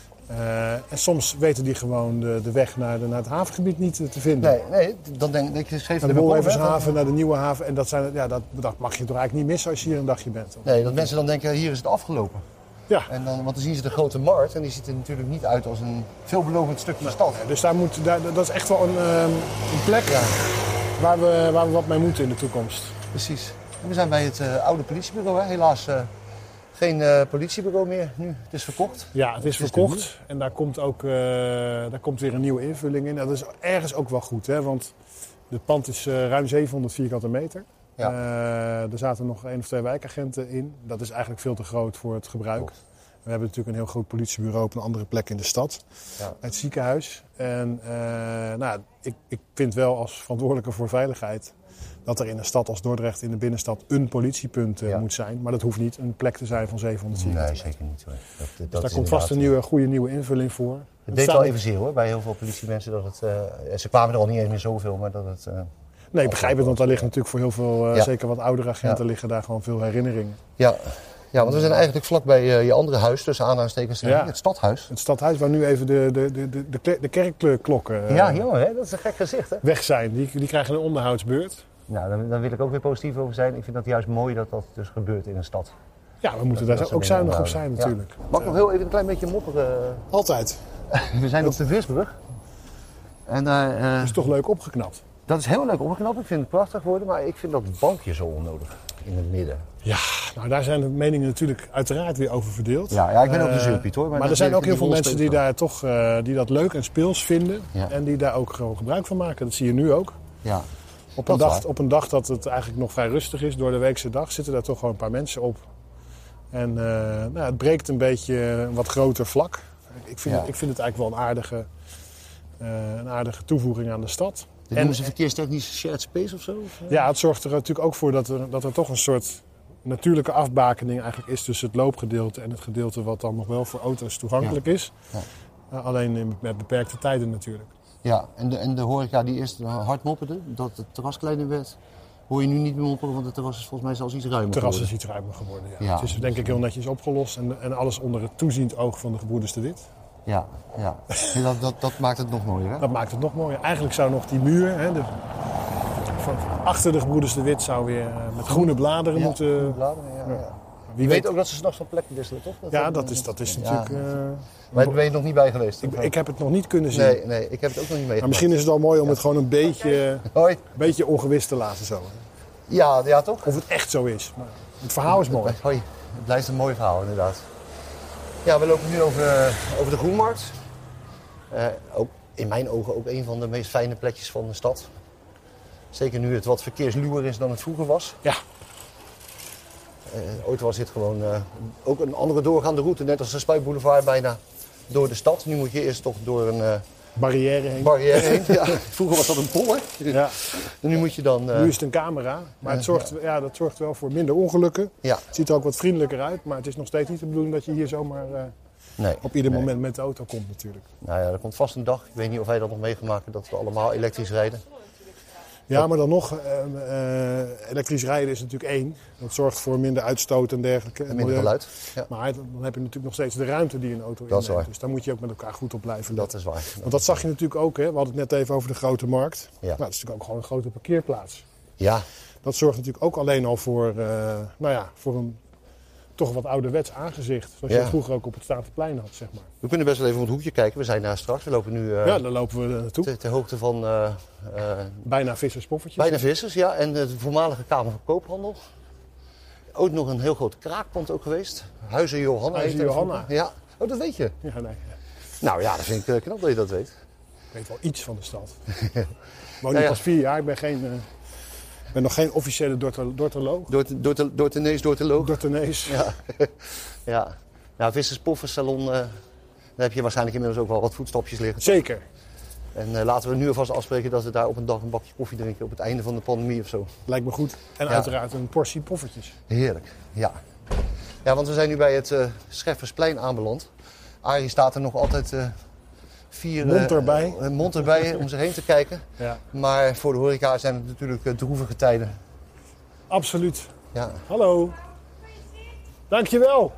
Uh, en soms weten die gewoon de, de weg naar, de, naar het havengebied niet te vinden. Nee, nee, dan denk ik, je schreef Naar de in Wolwevershaven, naar de Nieuwe Haven. En dat, zijn, ja, dat, dat mag je toch eigenlijk niet missen als je hier een dagje bent. Nee, dat mensen dan denken, hier is het afgelopen. Ja. En dan, want dan zien ze de grote markt en die ziet er natuurlijk niet uit als een veelbelovend stukje stad. Dus daar moet, daar, dat is echt wel een, um, een plek Ja, waar, we, waar we wat mee moeten in de toekomst. precies. En we zijn bij het uh, oude politiebureau, hè. Helaas uh, geen uh, politiebureau meer nu. Het is verkocht. Ja, het is Het is verkocht en daar komt ook uh, daar komt weer een nieuwe invulling in. Dat is ergens ook wel goed, hè? Want het pand is uh, ruim zevenhonderd vierkante meter. Ja. Uh, er zaten nog één of twee wijkagenten in. Dat is eigenlijk veel te groot voor het gebruik. Klopt. We hebben natuurlijk een heel groot politiebureau op een andere plek in de stad. Ja. Het ziekenhuis. En uh, nou, ik, ik vind wel als verantwoordelijke voor veiligheid dat er in een stad als Dordrecht in de binnenstad een politiepunt uh, Ja. moet zijn. Maar dat hoeft niet een plek te zijn van zevenhonderd vierkante Nee, meter. zeker niet hoor. Dat, dat Dus daar is komt vast een inderdaad- nieuwe, goede nieuwe invulling voor. Het Er deed staan wel ook- even zeer hoor, bij heel veel politiemensen. Dat het, uh, ze kwamen er al niet eens meer zoveel, maar dat het... Uh, Nee, ik begrijp het, want daar liggen natuurlijk voor heel veel, uh, Ja. zeker wat oudere agenten, Ja. liggen daar gewoon veel herinneringen. ja. ja, want we zijn eigenlijk vlakbij uh, je andere huis, tussen aanhalingstekens, Ja. het stadhuis. Het stadhuis waar nu even de, de, de, de, de kle- de kerkklokken uh, Ja, jongen, hè? Dat is een gek gezicht hè. weg zijn. Die, die krijgen een onderhoudsbeurt. Nou, daar, daar wil ik ook weer positief over zijn. Ik vind dat juist mooi dat dat dus gebeurt in een stad. Ja, we moeten Dat daar ze ook meer zuinig op onderhouden. zijn Ja. natuurlijk. Mag ik nog heel even een klein beetje mopperen? Altijd. We zijn op de Visbrug. En daar, uh, Dat is toch leuk opgeknapt. dat is heel leuk opgeknapt. Ik vind het prachtig worden, maar ik vind dat bankje zo onnodig in het midden. Ja, nou daar zijn de meningen natuurlijk uiteraard weer over verdeeld. Ja, ja ik ben ook Uh, een zeurpiet hoor. Maar, dat er zijn weet ook ik, heel veel rol mensen die speelt daar toch uh, die dat leuk en speels vinden. Ja. En die daar ook gewoon gebruik van maken. Dat zie je nu ook. wel. Ja. Op Dat een, is dag, waar. op een dag dat het eigenlijk nog vrij rustig is, door de weekse dag, zitten daar toch gewoon een paar mensen op. En uh, nou, het breekt een beetje een wat groter vlak. Ik vind, Ja. het, ik vind het eigenlijk wel een aardige, uh, een aardige toevoeging aan de stad. Dit En- noemen ze verkeerstechnisch shared space of zo? Of, uh? Ja, het zorgt er natuurlijk ook voor dat er, dat er toch een soort natuurlijke afbakening eigenlijk is tussen het loopgedeelte en het gedeelte wat dan nog wel voor auto's toegankelijk is. Ja. Uh, alleen in, met beperkte tijden natuurlijk. Ja, en de, en de horeca die eerst hard mopperde, dat het terras kleiner werd, hoor je nu niet meer mopperen, want het terras is volgens mij zelfs iets ruimer Het terras is geworden. iets ruimer geworden. Ja. Ja. Het is denk ik heel netjes opgelost en, en alles onder het toeziend oog van de gebroeders de Wit. Ja, ja. En dat, dat, dat maakt het nog mooier hè? Dat maakt het nog mooier. Eigenlijk zou nog die muur, hè, de, van, achter de gebroeders de Wit, zou weer uh, met groene bladeren Ja, moeten. bladeren, ja, ja. Wie Je weet, weet ook dat ze s'nachts van plek wisselen, toch? Dat ja, dat is, dat is Ja. natuurlijk. Uh, Maar daar ben je nog niet bij geweest? ik, of ik heb het nog niet kunnen zien. Nee, nee, ik heb het ook nog niet meegemaakt. Maar misschien is het al mooi om het gewoon een beetje, Hoi. een beetje ongewis te laten zo. Ja, ja, toch? Of het echt zo is. Maar het verhaal is mooi. Hoi. Het blijft een mooi verhaal, inderdaad. Ja, we lopen nu over, uh, over de Groenmarkt. Uh, ook, in mijn ogen ook een van de meest fijne plekjes van de stad. Zeker nu het wat verkeersluwer is dan het vroeger was. Ja, Uh, ooit was dit gewoon uh, ook een andere doorgaande route, net als de Spuitboulevard bijna door de stad. Nu moet je eerst toch door een uh, barrière heen. barrière heen. Ja, vroeger was dat een pol, hè? Ja. En nu moet je dan... Uh, Nu is het een camera, maar het zorgt, ja, dat zorgt wel voor minder ongelukken. ja, Het ziet er ook wat vriendelijker uit, maar het is nog steeds niet de bedoeling dat je hier zomaar uh, nee. op ieder nee. moment met de auto komt natuurlijk. Nou ja, er komt vast een dag. Ik weet niet of wij dat nog meegemaakt hebben, dat we allemaal elektrisch rijden. Ja, dat... maar dan nog, uh, uh, elektrisch rijden is natuurlijk één. Dat zorgt voor minder uitstoot en dergelijke. En minder geluid. Ja. Maar dan heb je natuurlijk nog steeds de ruimte die een auto dat inneemt. Dus daar moet je ook met elkaar goed op blijven letten. Dat is waar. Want dat zag je natuurlijk ook, hè. We hadden het net even over de grote markt. Ja. Nou, dat is natuurlijk ook gewoon een grote parkeerplaats. Ja. Dat zorgt natuurlijk ook alleen al voor, uh, nou ja, voor een toch wat ouderwets aangezicht. Zoals ja. je het vroeger ook op het Statenplein had, zeg maar. We kunnen best wel even op het hoekje kijken. We zijn daar straks. We lopen nu uh, ja, daar lopen we naartoe. Ter, ter hoogte van... Uh, uh, bijna visserspoffertjes. Bijna vissers, ja. En de voormalige Kamer van Koophandel. Ook nog een heel groot kraakpand ook geweest. Huizen Johanna. Huizen Johanna. Ja. Oh, dat weet je? Ja, nee. Nou ja, dat vind ik knap dat je dat weet. Ik weet wel iets van de stad. Ik woon nu ja, ja. pas vier jaar. Ik ben geen... Uh, Ik ben nog geen officiële dortoloog. Dortenees, dortoloog. Dortenees. Ja. Ja. Nou, Visserspoffersalon, uh, daar heb je waarschijnlijk inmiddels ook wel wat voetstapjes liggen. Zeker. En uh, laten we nu alvast afspreken dat we daar op een dag een bakje koffie drinken op het einde van de pandemie of zo. Lijkt me goed. En ja. uiteraard een portie poffertjes. Heerlijk, ja. Ja, want we zijn nu bij het uh, Scheffersplein aanbeland. Arie staat er nog altijd... Uh, Vier, mond erbij. Uh, mond erbij om zich heen te kijken. Ja. Maar voor de horeca zijn het natuurlijk uh, droevige tijden. Absoluut. Ja. Hallo. Dankjewel.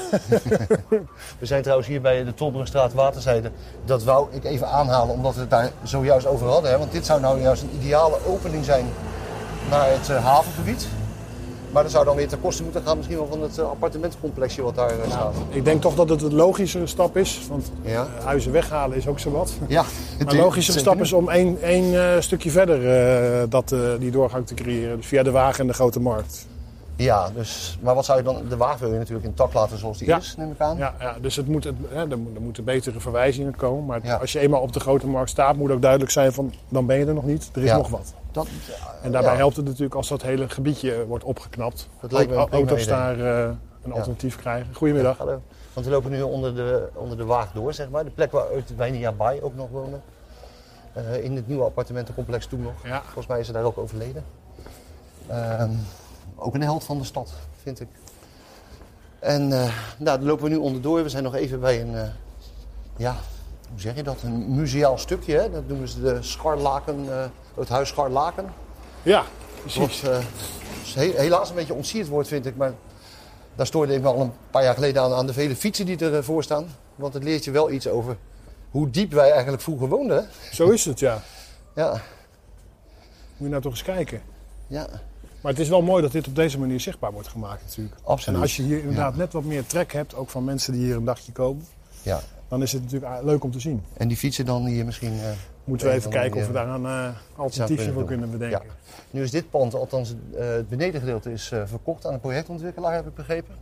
We zijn trouwens hier bij de Tolbrugstraat Waterzijde. Dat wou ik even aanhalen omdat we het daar zojuist over hadden. Hè? Want dit zou nou juist een ideale opening zijn naar het uh, havengebied. Maar dat zou dan weer ten koste moeten gaan misschien wel van het uh, appartementencomplexje wat daar uh, staat. Ja, ik denk toch dat het een logischere stap is. Want ja. uh, huizen weghalen is ook zo wat. Ja, maar een logischere stap is om één, één uh, stukje verder uh, dat, uh, die doorgang te creëren. Dus via de Waag en de Grote Markt. Ja, dus, maar wat zou je dan... De Waag wil je natuurlijk intact laten zoals die ja. is, neem ik aan. Ja, ja dus het moet, het, hè, er, er moeten betere verwijzingen komen. Maar ja. als je eenmaal op de Grote Markt staat, moet ook duidelijk zijn van... dan ben je er nog niet, er is ja. nog wat. Dat, en daarbij ja. helpt het natuurlijk als dat hele gebiedje wordt opgeknapt. Dat lijkt me o- auto's idee. daar uh, een alternatief ja. krijgen. Goedemiddag. Ja, hallo. Want we lopen nu onder de, onder de Waag door, zeg maar. De plek waar uit Wijnia Bay ook nog wonen. Uh, in het nieuwe appartementencomplex toen nog. Ja. Volgens mij is ze daar ook overleden. Uh, ook een held van de stad, vind ik. En uh, nou, daar lopen we nu onderdoor. We zijn nog even bij een... Uh, ja, hoe zeg je dat? Een museaal stukje, hè? Dat noemen ze de Scharlaken, uh, het huis Scharlaken. Ja, precies. Wat uh, he- helaas een beetje ontsierd wordt, vind ik. Maar daar stoorde ik me al een paar jaar geleden aan, aan de vele fietsen die ervoor staan. Want het leert je wel iets over hoe diep wij eigenlijk vroeger woonden. Hè? Zo is het, ja. Ja. Moet je nou toch eens kijken. Ja. Maar het is wel mooi dat dit op deze manier zichtbaar wordt gemaakt natuurlijk. Absoluut. En als je hier inderdaad ja. net wat meer trek hebt, ook van mensen die hier een dagje komen. Ja. Dan is het natuurlijk leuk om te zien. En die fietsen dan hier misschien... Uh, Moeten we even kijken of we daar een uh, alternatiefje voor kunnen bedenken. Ja. Nu is dit pand, althans uh, het benedengedeelte, is uh, verkocht aan een projectontwikkelaar, heb ik begrepen.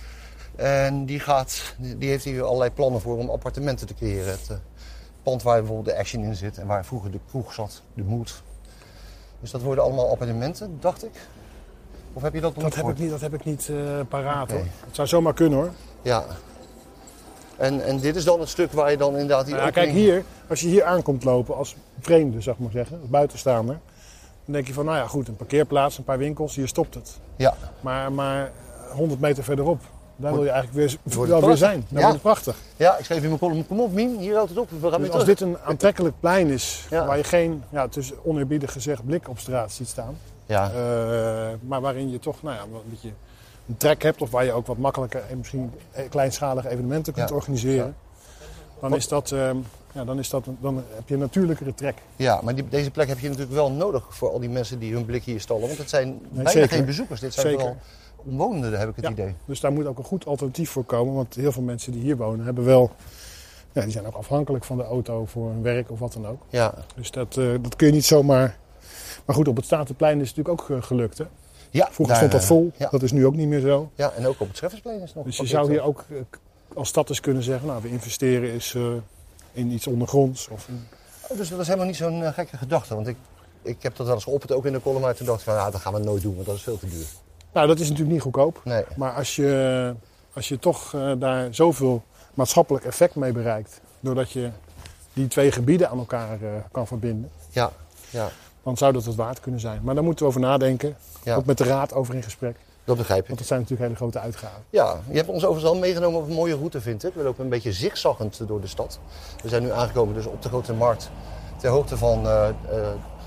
En die, gaat, die heeft hier allerlei plannen voor om appartementen te creëren. Het uh, pand waar bijvoorbeeld de Action in zit en waar vroeger de kroeg zat, de Moed. Dus dat worden allemaal appartementen, dacht ik. Of heb je dat nog dat niet heb ik niet, Dat heb ik niet uh, paraat okay. hoor. Het zou zomaar kunnen hoor. Ja. En, en dit is dan het stuk waar je dan inderdaad... Die nou ja, opening... Kijk hier, als je hier aankomt lopen als vreemde, zeg maar zeggen, als buitenstaander. Dan denk je van, nou ja goed, een parkeerplaats, een paar winkels, hier stopt het. Ja. Maar, maar honderd meter verderop, daar wil je eigenlijk weer, wel weer zijn. Daar ja. wordt het prachtig. Ja, ik schreef in mijn column, kom op Mien, hier houdt het op. We gaan dus weer als terug. dit een aantrekkelijk plein is, ja. waar je geen, ja, tussen oneerbiedig gezegd, blik op straat ziet staan. Ja. Uh, maar waarin je toch nou ja, een beetje een trek hebt of waar je ook wat makkelijker en misschien kleinschalige evenementen kunt ja. organiseren. Ja. Dan is dat, uh, ja, dan is dat, dan heb je een natuurlijkere trek. Ja, maar die, deze plek heb je natuurlijk wel nodig voor al die mensen die hun blik hier stallen. Want het zijn nee, bijna zeker. geen bezoekers. Dit zijn zeker. vooral omwonenden, heb ik het ja, idee. Dus daar moet ook een goed alternatief voor komen. Want heel veel mensen die hier wonen hebben wel... Ja, die zijn ook afhankelijk van de auto voor hun werk of wat dan ook. Ja. Dus dat, uh, dat kun je niet zomaar... Maar goed, op het Statenplein is het natuurlijk ook uh, gelukt, hè? Ja, vroeger daar, stond dat vol. Ja. Dat is nu ook niet meer zo. Ja, en ook op het Scheffersplein is het nog. Dus je zou hier ook uh, als stad eens kunnen zeggen... Nou, we investeren eens uh, in iets ondergronds. Of in... oh, dus dat is helemaal niet zo'n uh, gekke gedachte. Want ik, ik heb dat wel eens geopperd, ook in de column. Maar toen dacht ik van, nou, dat gaan we nooit doen, want dat is veel te duur. Nou, dat is natuurlijk niet goedkoop. Nee. Maar als je, als je toch uh, daar zoveel maatschappelijk effect mee bereikt... doordat je die twee gebieden aan elkaar uh, kan verbinden... Ja, ja. dan zou dat het waard kunnen zijn. Maar daar moeten we over nadenken. Ja. Ook met de raad over in gesprek. Dat begrijp ik. Want dat zijn natuurlijk hele grote uitgaven. Ja, je hebt ons overigens al meegenomen op een mooie route, vind ik. We lopen een beetje zigzaggend door de stad. We zijn nu aangekomen dus op de Grote Markt. Ter hoogte van uh, uh,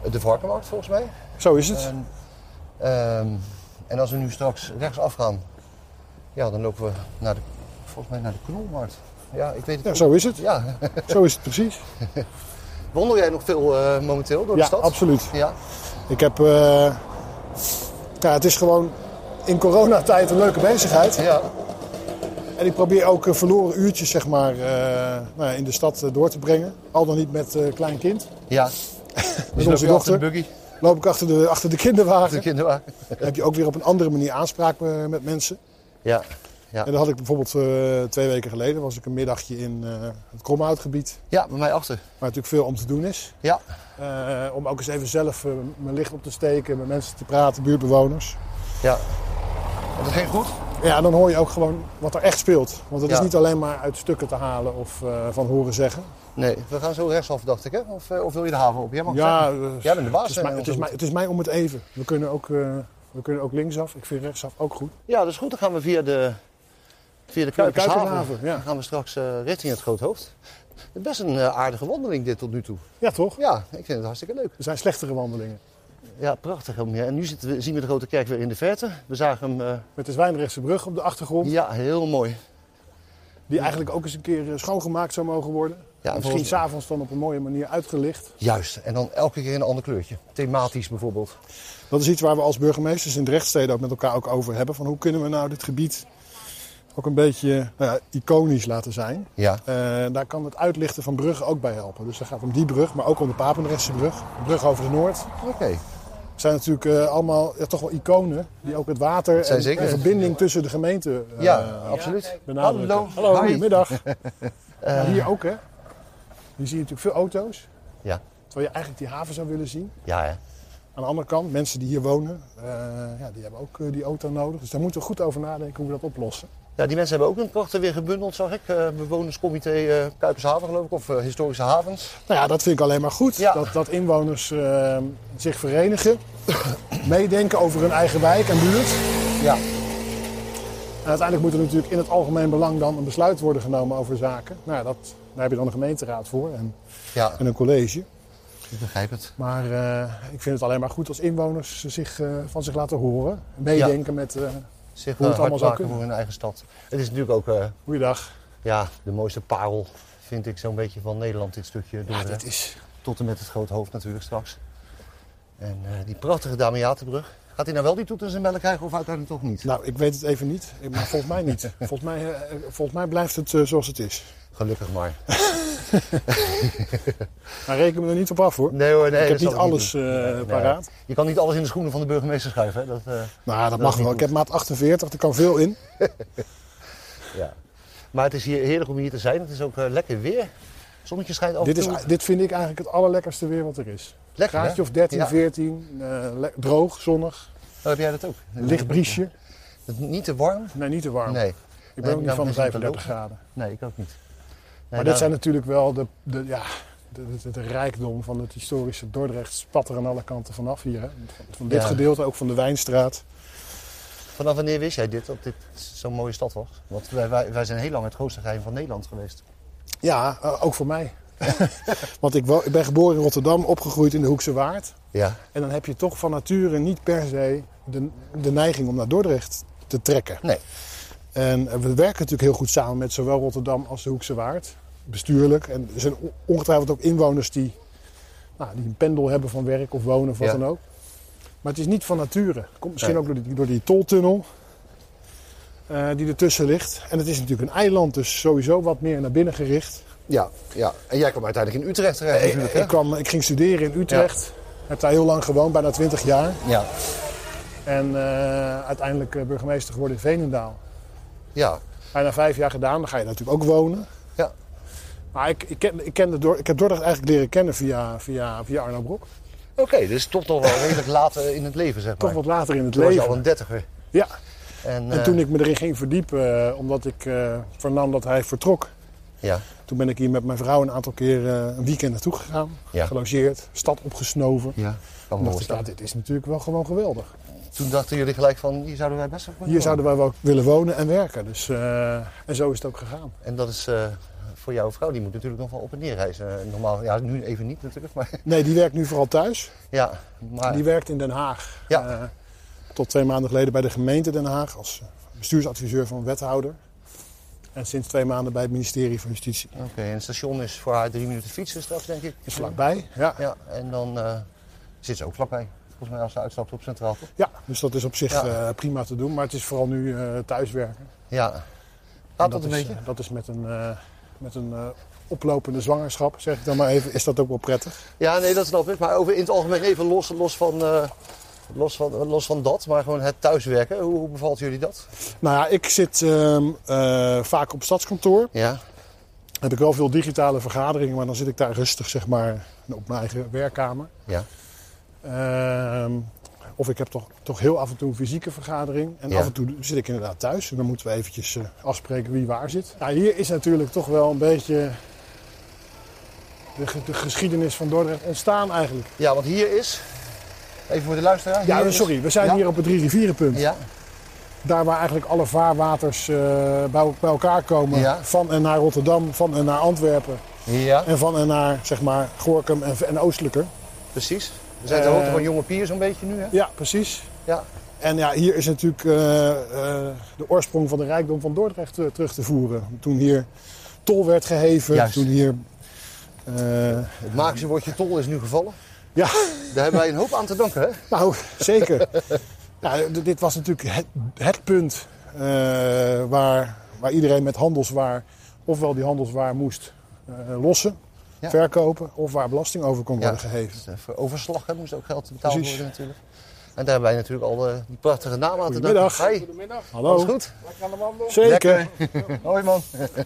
de Varkenmarkt volgens mij. Zo is het. En, um, en als we nu straks rechtsaf gaan, ja, dan lopen we naar de, volgens mij naar de Knolmarkt. Ja, ik weet het Ja, ook. zo is het. Ja. Zo is het precies. Wandel jij nog veel uh, momenteel door de Ja, stad? absoluut. Ja, Ik heb... Uh, ja, het is gewoon in coronatijd een leuke bezigheid. ja. En ik probeer ook uh, verloren uurtjes zeg maar, uh, nou ja, in de stad uh, door te brengen. Al dan niet met uh, klein kind. Ja. Met onze dochter. De buggy, Loop ik achter de, achter de kinderwagen. de kinderwagen. Dan heb je ook weer op een andere manier aanspraak uh, met mensen. Ja. Ja. En dat had ik bijvoorbeeld uh, twee weken geleden. Was ik een middagje in uh, het Kromhoutgebied. Ja, bij mij achter. Waar natuurlijk veel om te doen is. Ja. Uh, om ook eens even zelf uh, mijn licht op te steken. Met mensen te praten, buurtbewoners. Ja. En dat ging goed? Ja, dan hoor je ook gewoon wat er echt speelt. Want het Ja. is niet alleen maar uit stukken te halen of uh, van horen zeggen. Nee, we gaan zo rechtsaf, dacht ik, hè? Of, uh, of wil je de haven op? Jij mag Ja, zeggen. uh, Jij bent de baas. het, is hè, mij, in het, onze is mij, het is mij om het even. We kunnen ook, uh, we kunnen ook linksaf. Ik vind rechtsaf ook goed. Ja, dat is goed. Dan gaan we via de, via de Via de Kuipershaven. Kuipershaven, ja. Dan gaan we straks uh, richting het Groothoofd. Het is best een uh, aardige wandeling dit tot nu toe. Ja, toch? Ja, ik vind het hartstikke leuk. Er zijn slechtere wandelingen. Ja, prachtig. En nu zitten we, zien we de Grote Kerk weer in de verte. We zagen hem... Uh, Met de Zwijndrechtse brug op de achtergrond. ja, heel mooi. Die eigenlijk ook eens een keer schoongemaakt zou mogen worden. Ja, Misschien volgens- s'avonds dan op een mooie manier uitgelicht. Juist. En dan elke keer een ander kleurtje. Thematisch bijvoorbeeld. Dat is iets waar we als burgemeesters in de rechtssteden ook met elkaar ook over hebben. Van hoe kunnen we nou dit gebied ook een beetje nou ja, iconisch laten zijn. Ja. Uh, daar kan het uitlichten van bruggen ook bij helpen. Dus dat gaat om die brug, maar ook om de Papendrechtse brug. De brug over de Noord. Oké. Okay. Het zijn natuurlijk uh, allemaal ja, toch wel iconen die ook het water en zeker. de verbinding tussen de gemeenten uh, Ja, absoluut. benadrukken. Hallo. Hallo, Hi. goedemiddag. uh, nou, hier ook, hè. Hier zie je natuurlijk veel auto's. Ja. Terwijl je eigenlijk die haven zou willen zien. Ja, hè. Aan de andere kant, mensen die hier wonen, uh, ja, die hebben ook uh, die auto nodig. Dus daar moeten we goed over nadenken hoe we dat oplossen. Ja, die mensen hebben ook een krachten weer gebundeld, zag ik. Uh, bewonerscomité uh, Kuipershaven, geloof ik, of uh, historische havens. Nou ja, dat vind ik alleen maar goed. Ja. Dat, dat inwoners uh, zich verenigen, meedenken over hun eigen wijk en buurt. Ja. En uiteindelijk moet er natuurlijk in het algemeen belang dan een besluit worden genomen over zaken. Nou ja, dat, daar heb je dan een gemeenteraad voor en, Ja, en een college. ik begrijp het. Maar uh, ik vind het alleen maar goed als inwoners zich, uh, van zich laten horen. Meedenken Ja. met uh, Zich hoe het uh, allemaal hard zou maken kunnen. voor hun eigen stad. Het is natuurlijk ook uh, Goeiedag. ja, de mooiste parel, vind ik, zo'n beetje van Nederland, dit stukje. Door, Ja, uh, dit is... Tot en met het Groothoofd natuurlijk straks. En uh, die prachtige Damiatenbrug. Gaat hij nou wel die toeters en bellen krijgen of uiteindelijk toch niet? Nou, ik weet het even niet. Maar volgens mij niet. volgens, mij, uh, volgens mij blijft het uh, zoals het is. Gelukkig maar. Maar reken me er niet op af hoor. Nee hoor, nee. ik heb dat niet zal alles doen. uh, Nee. paraat. Je kan niet alles in de schoenen van de burgemeester schuiven. Hè? Dat, uh, Nou, dat, Dat mag is niet wel. Ik heb maat achtenveertig, er kan veel in. ja. Maar het is hier heerlijk om hier te zijn. Het is ook uh, lekker weer. Zonnetje schijnt af en Dit, toe. is, dit vind ik eigenlijk het allerlekkerste weer wat er is. Lekker, Graadje hè? of dertien, Ja. veertien. Uh, le- droog, zonnig. Oh, heb jij dat ook? Licht briesje. Het is niet te warm? Nee, niet te warm. Nee. Ik ben Nee, ook niet daarom van de is het te vijfendertig lopen. graden. Nee, ik ook niet. Nee, Maar dit daar- zijn natuurlijk wel de, de, ja, de, de, de rijkdom van het historische Dordrecht. Spat er aan alle kanten vanaf hier. Hè. Van, van dit Ja. gedeelte, ook van de Wijnstraat. Vanaf wanneer wist jij dit, dat dit zo'n mooie stad was? Want wij, wij, wij zijn heel lang het grootste geheim van Nederland geweest. Ja, uh, ook voor mij. Want ik, wo- ik ben geboren in Rotterdam, opgegroeid in de Hoekse Waard. Ja. En dan heb je toch van nature niet per se de, de neiging om naar Dordrecht te trekken. Nee. En we werken natuurlijk heel goed samen met zowel Rotterdam als de Hoekse Waard. Bestuurlijk. En er zijn ongetwijfeld ook inwoners die, nou, die een pendel hebben van werk of wonen of wat Ja. dan ook. Maar het is niet van nature. Komt misschien Nee. ook door die, door die toltunnel uh, die ertussen ligt. En het is natuurlijk een eiland, dus sowieso wat meer naar binnen gericht. Ja, ja. En jij kwam uiteindelijk in Utrecht terecht natuurlijk, Ik, hè? ik, kwam, ik ging studeren in Utrecht. Heb daar heel lang gewoond, bijna twintig jaar. Ja. En uh, uiteindelijk uh, burgemeester geworden in Veenendaal. Ja. Bijna vijf jaar gedaan, dan ga je natuurlijk ook wonen. Ja. Maar ik, ik, ken, ik, ken Dor- ik heb Dordrecht eigenlijk leren kennen via, via, via Arno Brok. Oké, okay, dus toch nog wel redelijk laat uh, in het leven, zeg maar. Toch wat later in het Toen was je leven. al een dertiger. Ja. En, En uh, toen ik me erin ging verdiepen, uh, omdat ik uh, vernam dat hij vertrok. Ja. Toen ben ik hier met mijn vrouw een aantal keer uh, een weekend naartoe gegaan. Ja. Gelogeerd, stad opgesnoven. Ja. Kan Toen me dacht ik, ja, voorstellen. dit is natuurlijk wel gewoon geweldig. Toen dachten jullie gelijk van, hier zouden wij best wel kunnen Hier wonen. zouden wij wel willen wonen en werken. Dus, uh, en zo is het ook gegaan. En dat is uh, voor jouw vrouw, die moet natuurlijk nog wel op en neer reizen. Normaal, ja, nu even niet natuurlijk. Maar... Nee, die werkt nu vooral thuis. Ja, maar... Die werkt in Den Haag. Ja. Uh, tot twee maanden geleden bij de gemeente Den Haag als bestuursadviseur van wethouder. En sinds twee maanden bij het ministerie van Justitie. Oké, okay, en het station is voor haar drie minuten fietsen straks, denk ik? Is vlakbij, ja. Ja, en dan uh, zit ze ook vlakbij. Volgens mij als ze uitstapt op Centraal, toch? Ja, dus dat is op zich ja. uh, prima te doen. Maar het is vooral nu uh, thuiswerken. Ja. Gaat dat, dat een is, beetje? Uh, dat is met een, uh, met een uh, oplopende zwangerschap, zeg ik dan maar even, is dat ook wel prettig. Ja, nee, dat snap ik. Maar over in het algemeen even los, los van... Uh... Los van, los van dat, maar gewoon het thuiswerken. Hoe, hoe bevalt jullie dat? Nou ja, ik zit uh, uh, vaak op stadskantoor. Ja. Heb ik wel veel digitale vergaderingen, maar dan zit ik daar rustig zeg maar op mijn eigen werkkamer. Ja. Uh, of ik heb toch, toch heel af en toe een fysieke vergadering. En ja. af en toe zit ik inderdaad thuis. En dan moeten we eventjes uh, afspreken wie waar zit. Ja, hier is natuurlijk toch wel een beetje de, de geschiedenis van Dordrecht ontstaan eigenlijk. Ja, want hier is... Even voor de luisteraar. Ja, sorry. We zijn ja. hier op het Drie Rivierenpunt. Ja. Daar waar eigenlijk alle vaarwaters uh, bij, bij elkaar komen. Ja. Van en naar Rotterdam, van en naar Antwerpen. Ja. En van en naar, zeg maar, Gorinchem en, en Oostelijker. Precies. We zijn uh, de hoogte van Jonge Pier zo'n beetje nu, hè? Ja, precies. Ja. En ja, hier is natuurlijk uh, uh, de oorsprong van de rijkdom van Dordrecht uh, terug te voeren. Toen hier tol werd geheven. Juist. Toen hier... Uh, het magische woordje tol is nu gevallen. Ja. Daar hebben wij een hoop aan te danken, hè? Nou, zeker. Ja, dit was natuurlijk het, het punt uh, waar, waar iedereen met handelswaar, ofwel die handelswaar moest uh, lossen, ja. verkopen, of waar belasting over kon worden ja, geheven. Dus voor overslag hè, moest ook geld betaald Precies. worden natuurlijk. En daar hebben wij natuurlijk al uh, die prachtige naam aan te danken. Goedemiddag. Hey. Goedemiddag. Hallo. Alles goed? Lekker aan de wandel? Zeker. Hoi man.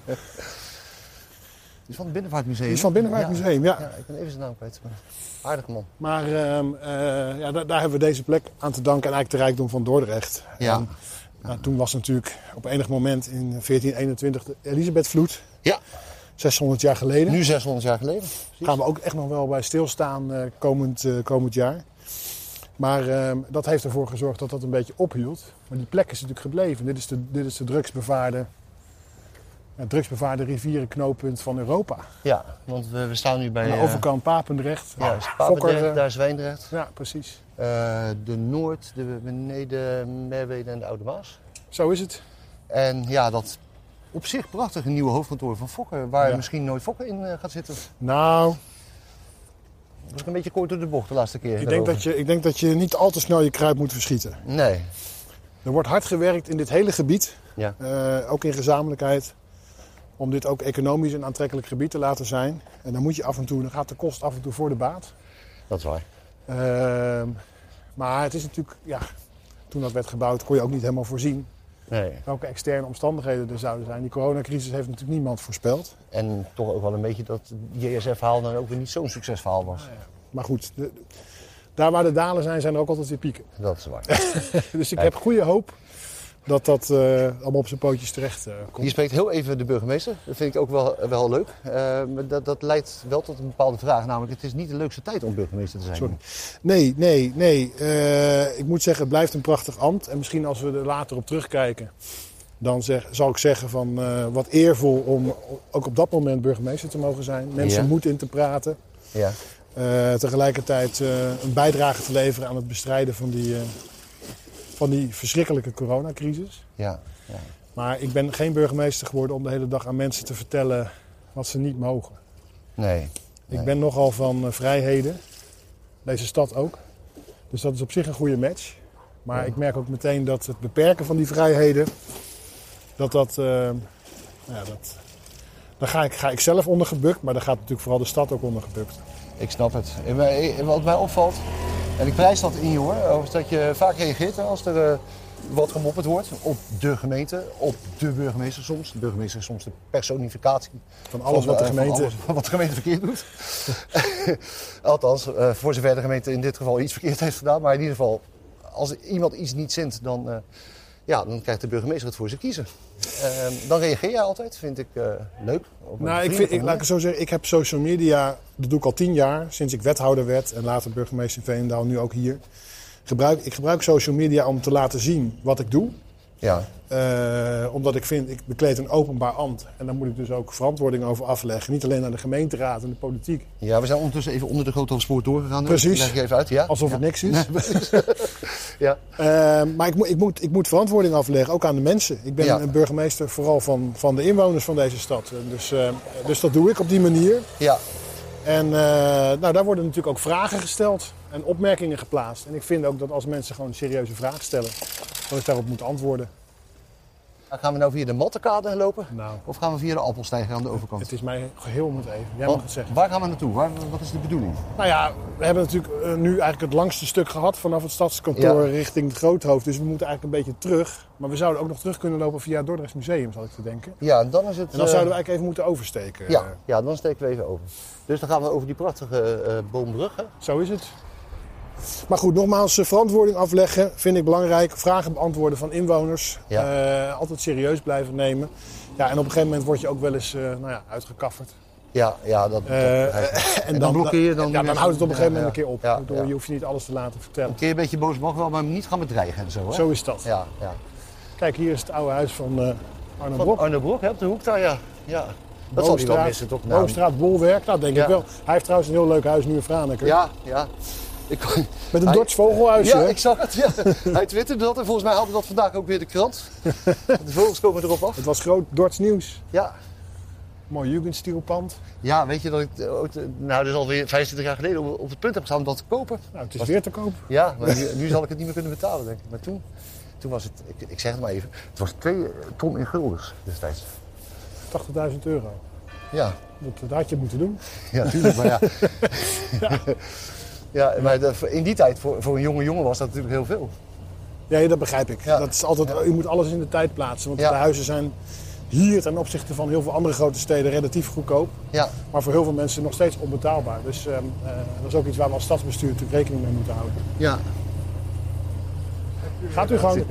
Die is van het Binnenvaartmuseum. Die is van het Binnenvaartmuseum, ja. ja. ja. Ik ben even zijn naam kwijt. Aardige man. Maar uh, uh, ja, daar, daar hebben we deze plek aan te danken en eigenlijk de rijkdom van Dordrecht. Ja. En, nou, toen was natuurlijk op enig moment in veertien eenentwintig de Elisabethvloed. Ja. zeshonderd jaar geleden. Nu zeshonderd jaar geleden. Precies. Gaan we ook echt nog wel bij stilstaan uh, komend, uh, komend jaar. Maar uh, dat heeft ervoor gezorgd dat dat een beetje ophield. Maar die plek is natuurlijk gebleven. Dit is de, dit is de drugsbevaarde... Het drugsbevaarde rivierenknooppunt van Europa. Ja, want we, we staan nu bij... Aan de overkant Papendrecht. Ja, Papendrecht, Fokker, daar is Zwijndrecht. Ja, precies. Uh, de Noord, de Beneden, Merwede en de Oude Maas. Zo is het. En ja, dat op zich prachtige nieuwe hoofdkantoor van Fokker, waar ja. misschien nooit Fokker in uh, gaat zitten. Nou... Dat was een beetje kort door de bocht de laatste keer. Ik denk, dat je, ik denk dat je niet al te snel je kruid moet verschieten. Nee. Er wordt hard gewerkt in dit hele gebied. Ja. Uh, ook in gezamenlijkheid. Om dit ook economisch een aantrekkelijk gebied te laten zijn. En dan moet je af en toe, dan gaat de kost af en toe voor de baat. Dat is waar. Uh, maar het is natuurlijk, ja, toen dat werd gebouwd kon je ook niet helemaal voorzien. Nee. Welke externe omstandigheden er zouden zijn. Die coronacrisis heeft natuurlijk niemand voorspeld. En toch ook wel een beetje dat J S F-verhaal dan ook weer niet zo'n succesverhaal was. Nou ja. Maar goed, de, daar waar de dalen zijn, zijn er ook altijd weer pieken. Dat is waar. Dus ik heb goede hoop dat dat uh, allemaal op zijn pootjes terecht uh, komt. Je spreekt heel even de burgemeester. Dat vind ik ook wel, wel leuk. Uh, maar dat, dat leidt wel tot een bepaalde vraag. Namelijk, het is niet de leukste tijd om burgemeester te zijn. Sorry. Nee, nee, nee. Uh, ik moet zeggen, het blijft een prachtig ambt. En misschien als we er later op terugkijken, dan zeg, zal ik zeggen van uh, wat eervol om ook op dat moment burgemeester te mogen zijn. Mensen Ja. moed in te praten. Ja. Uh, tegelijkertijd uh, een bijdrage te leveren aan het bestrijden van die, uh, van die verschrikkelijke coronacrisis. Ja. Ja. Maar ik ben geen burgemeester geworden om de hele dag aan mensen te vertellen wat ze niet mogen. Nee. nee. Ik ben nogal van uh, vrijheden. Deze stad ook. Dus dat is op zich een goede match. Maar ja. ik merk ook meteen dat het beperken van die vrijheden, dat dat, uh, ja, dat daar ga ik, ga ik zelf onder gebukt, maar daar gaat natuurlijk vooral de stad ook onder gebukt. Ik snap het. Wat mij opvalt, en ik prijs dat in je hoor, is dat je vaak reageert als er uh, wat gemopperd wordt op de gemeente, op de burgemeester soms. De burgemeester is soms de personificatie van alles van, wat de uh, gemeente, alles, wat de gemeente verkeerd doet. Althans, uh, voor zover de gemeente in dit geval iets verkeerd heeft gedaan. Maar in ieder geval, als iemand iets niet zint, dan, uh, ja, dan krijgt de burgemeester het voor zijn kiezen. Uh, dan reageer jij altijd, vind ik uh, leuk. Nou, ik vind, ik, laat ik het zo zeggen, ik heb social media, dat doe ik al tien jaar, sinds ik wethouder werd en later burgemeester in Veenendaal, nu ook hier. Gebruik, ik gebruik social media om te laten zien wat ik doe. Ja. Uh, omdat ik vind, ik bekleed een openbaar ambt. En daar moet ik dus ook verantwoording over afleggen. Niet alleen aan de gemeenteraad en de politiek. Ja, we zijn ondertussen even onder de grote spoor doorgegaan. Precies. Leg je even uit, ja? Alsof ja. het niks is. ja. uh, maar ik, mo- ik, moet, ik moet verantwoording afleggen, ook aan de mensen. Ik ben ja. een burgemeester vooral van, van de inwoners van deze stad. Dus, uh, dus dat doe ik op die manier. Ja. En uh, nou, daar worden natuurlijk ook vragen gesteld en opmerkingen geplaatst. En ik vind ook dat als mensen gewoon serieuze vragen stellen, dat ik daarop moet antwoorden. Gaan we nou via de Mattenkade lopen? Nou, of gaan we via de Appelstijger aan de overkant? Het is mij geheel om het even. Jij Want, mag het zeggen. Waar gaan we naartoe? Waar, wat is de bedoeling? Nou ja, we hebben natuurlijk uh, nu eigenlijk het langste stuk gehad vanaf het stadskantoor ja. richting het Groothoofd. Dus we moeten eigenlijk een beetje terug. Maar we zouden ook nog terug kunnen lopen via het Dordrechts Museum, zal ik te denken. Ja, dan is het... En dan zouden we eigenlijk even moeten oversteken. Ja, ja, dan steken we even over. Dus dan gaan we over die prachtige uh, boombrug. Hè? Zo is het. Maar goed, nogmaals, verantwoording afleggen vind ik belangrijk. Vragen beantwoorden van inwoners. Ja. Uh, altijd serieus blijven nemen. Ja, en op een gegeven moment word je ook wel eens uh, nou ja, uitgekafferd. Ja, ja dat, uh, dat en, en dan, dan blokkeer je. Dan, ja, dan houdt het op een gegeven moment ja, een keer op. Ja, Bedoel, ja. Je hoeft je niet alles te laten vertellen. Een keer een beetje boos mag wel, maar niet gaan bedreigen en zo. Hè? Zo is dat. Ja, ja. Kijk, hier is het oude huis van uh, Arno van Brok. Arno Brok, hè, op de hoek daar, ja. ja. Dat zal hij wel missen, toch? Nou, Boomstraat, Bolwerk, dat denk ja. ik wel. Hij heeft trouwens een heel leuk huis nu in Franeker. Ja, ja. Ik, Met een Dorts vogelhuisje. Ja, ik zag het. Ja. Hij twitterde dat en volgens mij haalde dat vandaag ook weer de krant. De vogels komen erop af. Het was groot Dorts nieuws. Ja. Mooi Jugendstilpand. Ja, weet je dat ik, nou dus alweer vijfentwintig jaar geleden op het punt heb gestaan om dat te kopen. Nou, het is was weer te koop. Ja, maar nu, nu zal ik het niet meer kunnen betalen, denk ik. Maar toen, toen was het, ik, ik zeg het maar even, het was twee ton in guldens destijds. tachtigduizend euro. Ja. Dat, dat had je moeten doen. Ja, natuurlijk, maar ja. ja. Ja, maar in die tijd, voor, voor een jonge jongen was dat natuurlijk heel veel. Ja, dat begrijp ik. Ja. Dat is altijd, je moet alles in de tijd plaatsen. Want ja. de huizen zijn hier ten opzichte van heel veel andere grote steden relatief goedkoop. Ja. Maar voor heel veel mensen nog steeds onbetaalbaar. Dus uh, uh, dat is ook iets waar we als stadsbestuur natuurlijk rekening mee moeten houden. Ja. Gaat u gang.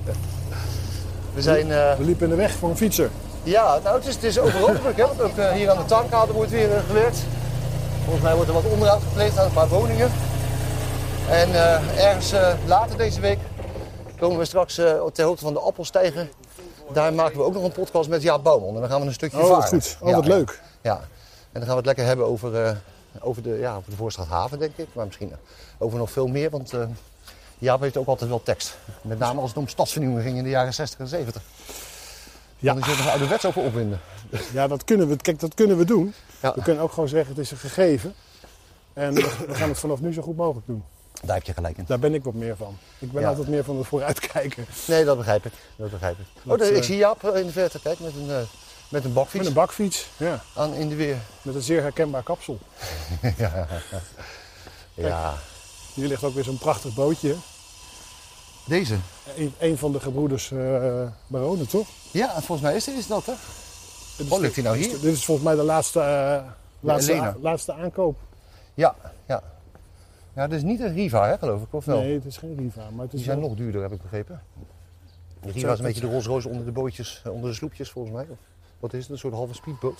We, zijn, uh... we liepen in de weg voor een fietser. Ja, nou het is, het is overal druk. Hè? Ook uh, hier aan de Tankkade wordt weer uh, gewerkt. Volgens mij wordt er wat onderhoud gepleegd aan een paar woningen. En uh, ergens uh, later deze week komen we straks uh, ter hoogte van de Appelstijger. Daar maken we ook nog een podcast met Jaap Bouwman. En dan gaan we een stukje oh, varen. Goed. Oh, ja, wat ja. leuk. Ja, en dan gaan we het lekker hebben over, uh, over, de, ja, over de Voorstraathaven, denk ik. Maar misschien over nog veel meer, want uh, Jaap heeft ook altijd wel tekst. Met name als het om stadsvernieuwing ging in de jaren zestig en zeventig. Ja. Dan is het nog ouderwets over opwinden. Ja, dat kunnen we, kijk, dat kunnen we doen. Ja. We kunnen ook gewoon zeggen, het is een gegeven. En we gaan het vanaf nu zo goed mogelijk doen. Daar heb je gelijk in. Daar ben ik wat meer van. Ik ben ja. altijd meer van het vooruitkijken. Nee, dat begrijp ik. Dat begrijp ik. Dat, oh, de, ik zie Jaap in de verte kijken met een, uh, met een bakfiets. Met een bakfiets, ja. Aan in de weer. Met een zeer herkenbaar kapsel. ja. ja. Kijk, hier ligt ook weer zo'n prachtig bootje. Deze? Een, een van de gebroeders uh, Baronen, toch? Ja, volgens mij is, is dat, hè? Wat ligt hij nou hier? Dit is volgens mij de laatste, uh, laatste, a, laatste aankoop. Ja, ja. Ja, dit is niet een Riva, hè, geloof ik, of wel? Nee, het is geen Riva. Maar het is Die zijn wel... nog duurder, heb ik begrepen. De Riva is een beetje de Rolls Royce onder de bootjes, onder de sloepjes, volgens mij. Of wat is het? Een soort halve speedboot.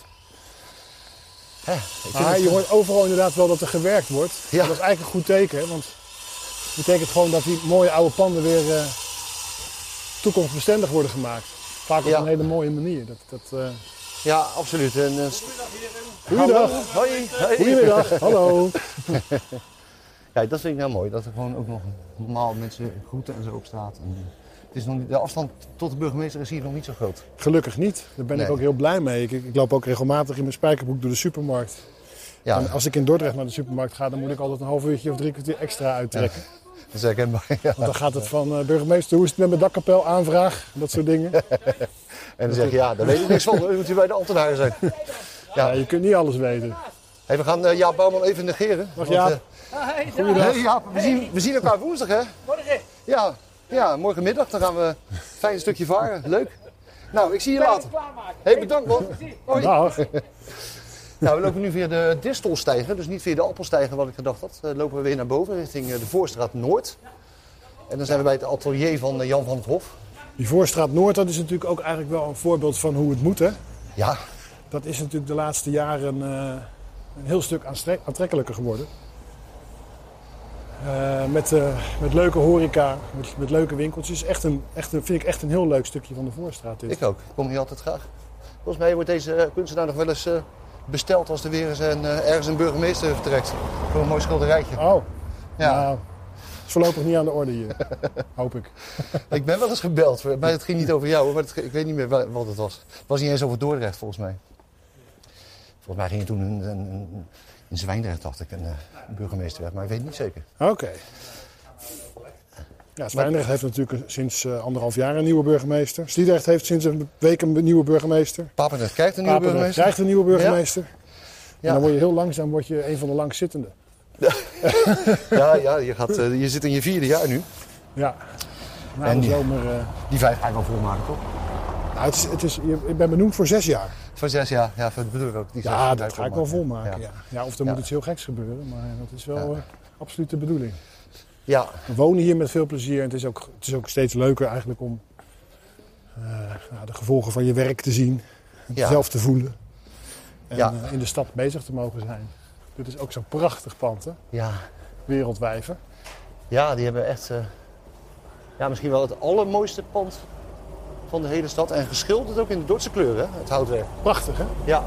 Hè, ah, het... Je hoort overal inderdaad wel dat er gewerkt wordt. Ja. Dat is eigenlijk een goed teken, hè, want het betekent gewoon dat die mooie oude panden weer uh, toekomstbestendig worden gemaakt. Vaak op ja. een hele mooie manier. Dat, dat, uh... Ja, absoluut. En, uh... Goeiedag. Hoi. Hoi. Goedemiddag. Hallo. Ja, dat vind ik nou mooi. Dat er gewoon ook nog normaal mensen groeten en zo op straat. En het is nog niet, de afstand tot de burgemeester is hier nog niet zo groot. Gelukkig niet. Daar ben nee. ik ook heel blij mee. Ik, ik loop ook regelmatig in mijn spijkerbroek door de supermarkt. Ja. En als ik in Dordrecht naar de supermarkt ga, dan moet ik altijd een half uurtje of drie kwartier extra uittrekken. Ja. Dat is herkenbaar. Ja. Want dan gaat het van uh, burgemeester, hoe is het met mijn dakkapel, aanvraag, dat soort dingen. En dan zeg je, ja, daar weet ik niks van. Dan moet u bij de ambtenaren zijn. Ja. Ja, je kunt niet alles weten. Hey, we gaan uh, Jaap Bouwman even negeren. Dag Jaap. Want, uh, hey, Goeiedag. Hey, Jaap, we zien, we zien elkaar woensdag, hè? Morgen. Ja, ja, morgenmiddag. Dan gaan we een fijn stukje varen. Leuk. Nou, ik zie je later. Hey, bedankt man. Hoi. Dag. Nou, we lopen nu via de Distelstijger, dus niet via de Appelstijger wat ik gedacht had. Uh, lopen we weer naar boven richting de Voorstraat Noord. En dan zijn we bij het atelier van uh, Jan van het Hof. Die Voorstraat Noord, dat is natuurlijk ook eigenlijk wel een voorbeeld van hoe het moet, hè? Ja. Dat is natuurlijk de laatste jaren uh, een heel stuk aantrekkelijker geworden. Uh, met, uh, met leuke horeca, met, met leuke winkeltjes. Echt een, echt een, vind ik echt een heel leuk stukje van de Voorstraat. Dit. Ik ook. Ik kom hier altijd graag. Volgens mij wordt deze uh, kunstenaar nog wel eens uh, besteld als er weer eens een, uh, ergens een burgemeester vertrekt. Voor een mooi schilderijtje. Oh, ja. Nou, is voorlopig niet aan de orde hier. Hoop ik. Ik ben wel eens gebeld, maar het ging niet over jou. Maar het, ik weet niet meer wat het was. Het was niet eens over Dordrecht volgens mij. Volgens mij ging er toen een, een, een, in Zwijndrecht, dacht ik, een, een burgemeester weg. Maar ik weet het niet zeker. Oké. Okay. Ja, Zwijndrecht heeft natuurlijk sinds uh, anderhalf jaar een nieuwe burgemeester. Sliedrecht heeft sinds een week een nieuwe burgemeester. Papendrecht krijgt een nieuwe Papendrecht burgemeester. krijgt een nieuwe burgemeester. Ja. Ja. En dan word je heel langzaam word je een van de langstzittenden. ja, ja je, gaat, uh, je zit in je vierde jaar nu. Ja. Nou, en die, zomer, uh... die vijf ga je wel volmaken, toch? Nou, het is, het is, ik ben benoemd voor zes jaar. Voor zes jaar, ja, dat bedoel ik ook. Die ja, dat ga ik wel volmaken. Ja. Ja. Ja, of er ja. moet iets heel geks gebeuren, maar dat is wel ja. uh, absoluut de bedoeling. Ja. We wonen hier met veel plezier en het is ook, het is ook steeds leuker eigenlijk om uh, nou, de gevolgen van je werk te zien. En ja. zelf te voelen. En ja. uh, in de stad bezig te mogen zijn. Dit is ook zo'n prachtig pand, hè? Ja. Wereldwijver. Ja, die hebben echt uh, ja, misschien wel het allermooiste pand van de hele stad. En geschilderd ook in de Dordtse kleuren, het houtwerk. Prachtig, hè? Ja. ja.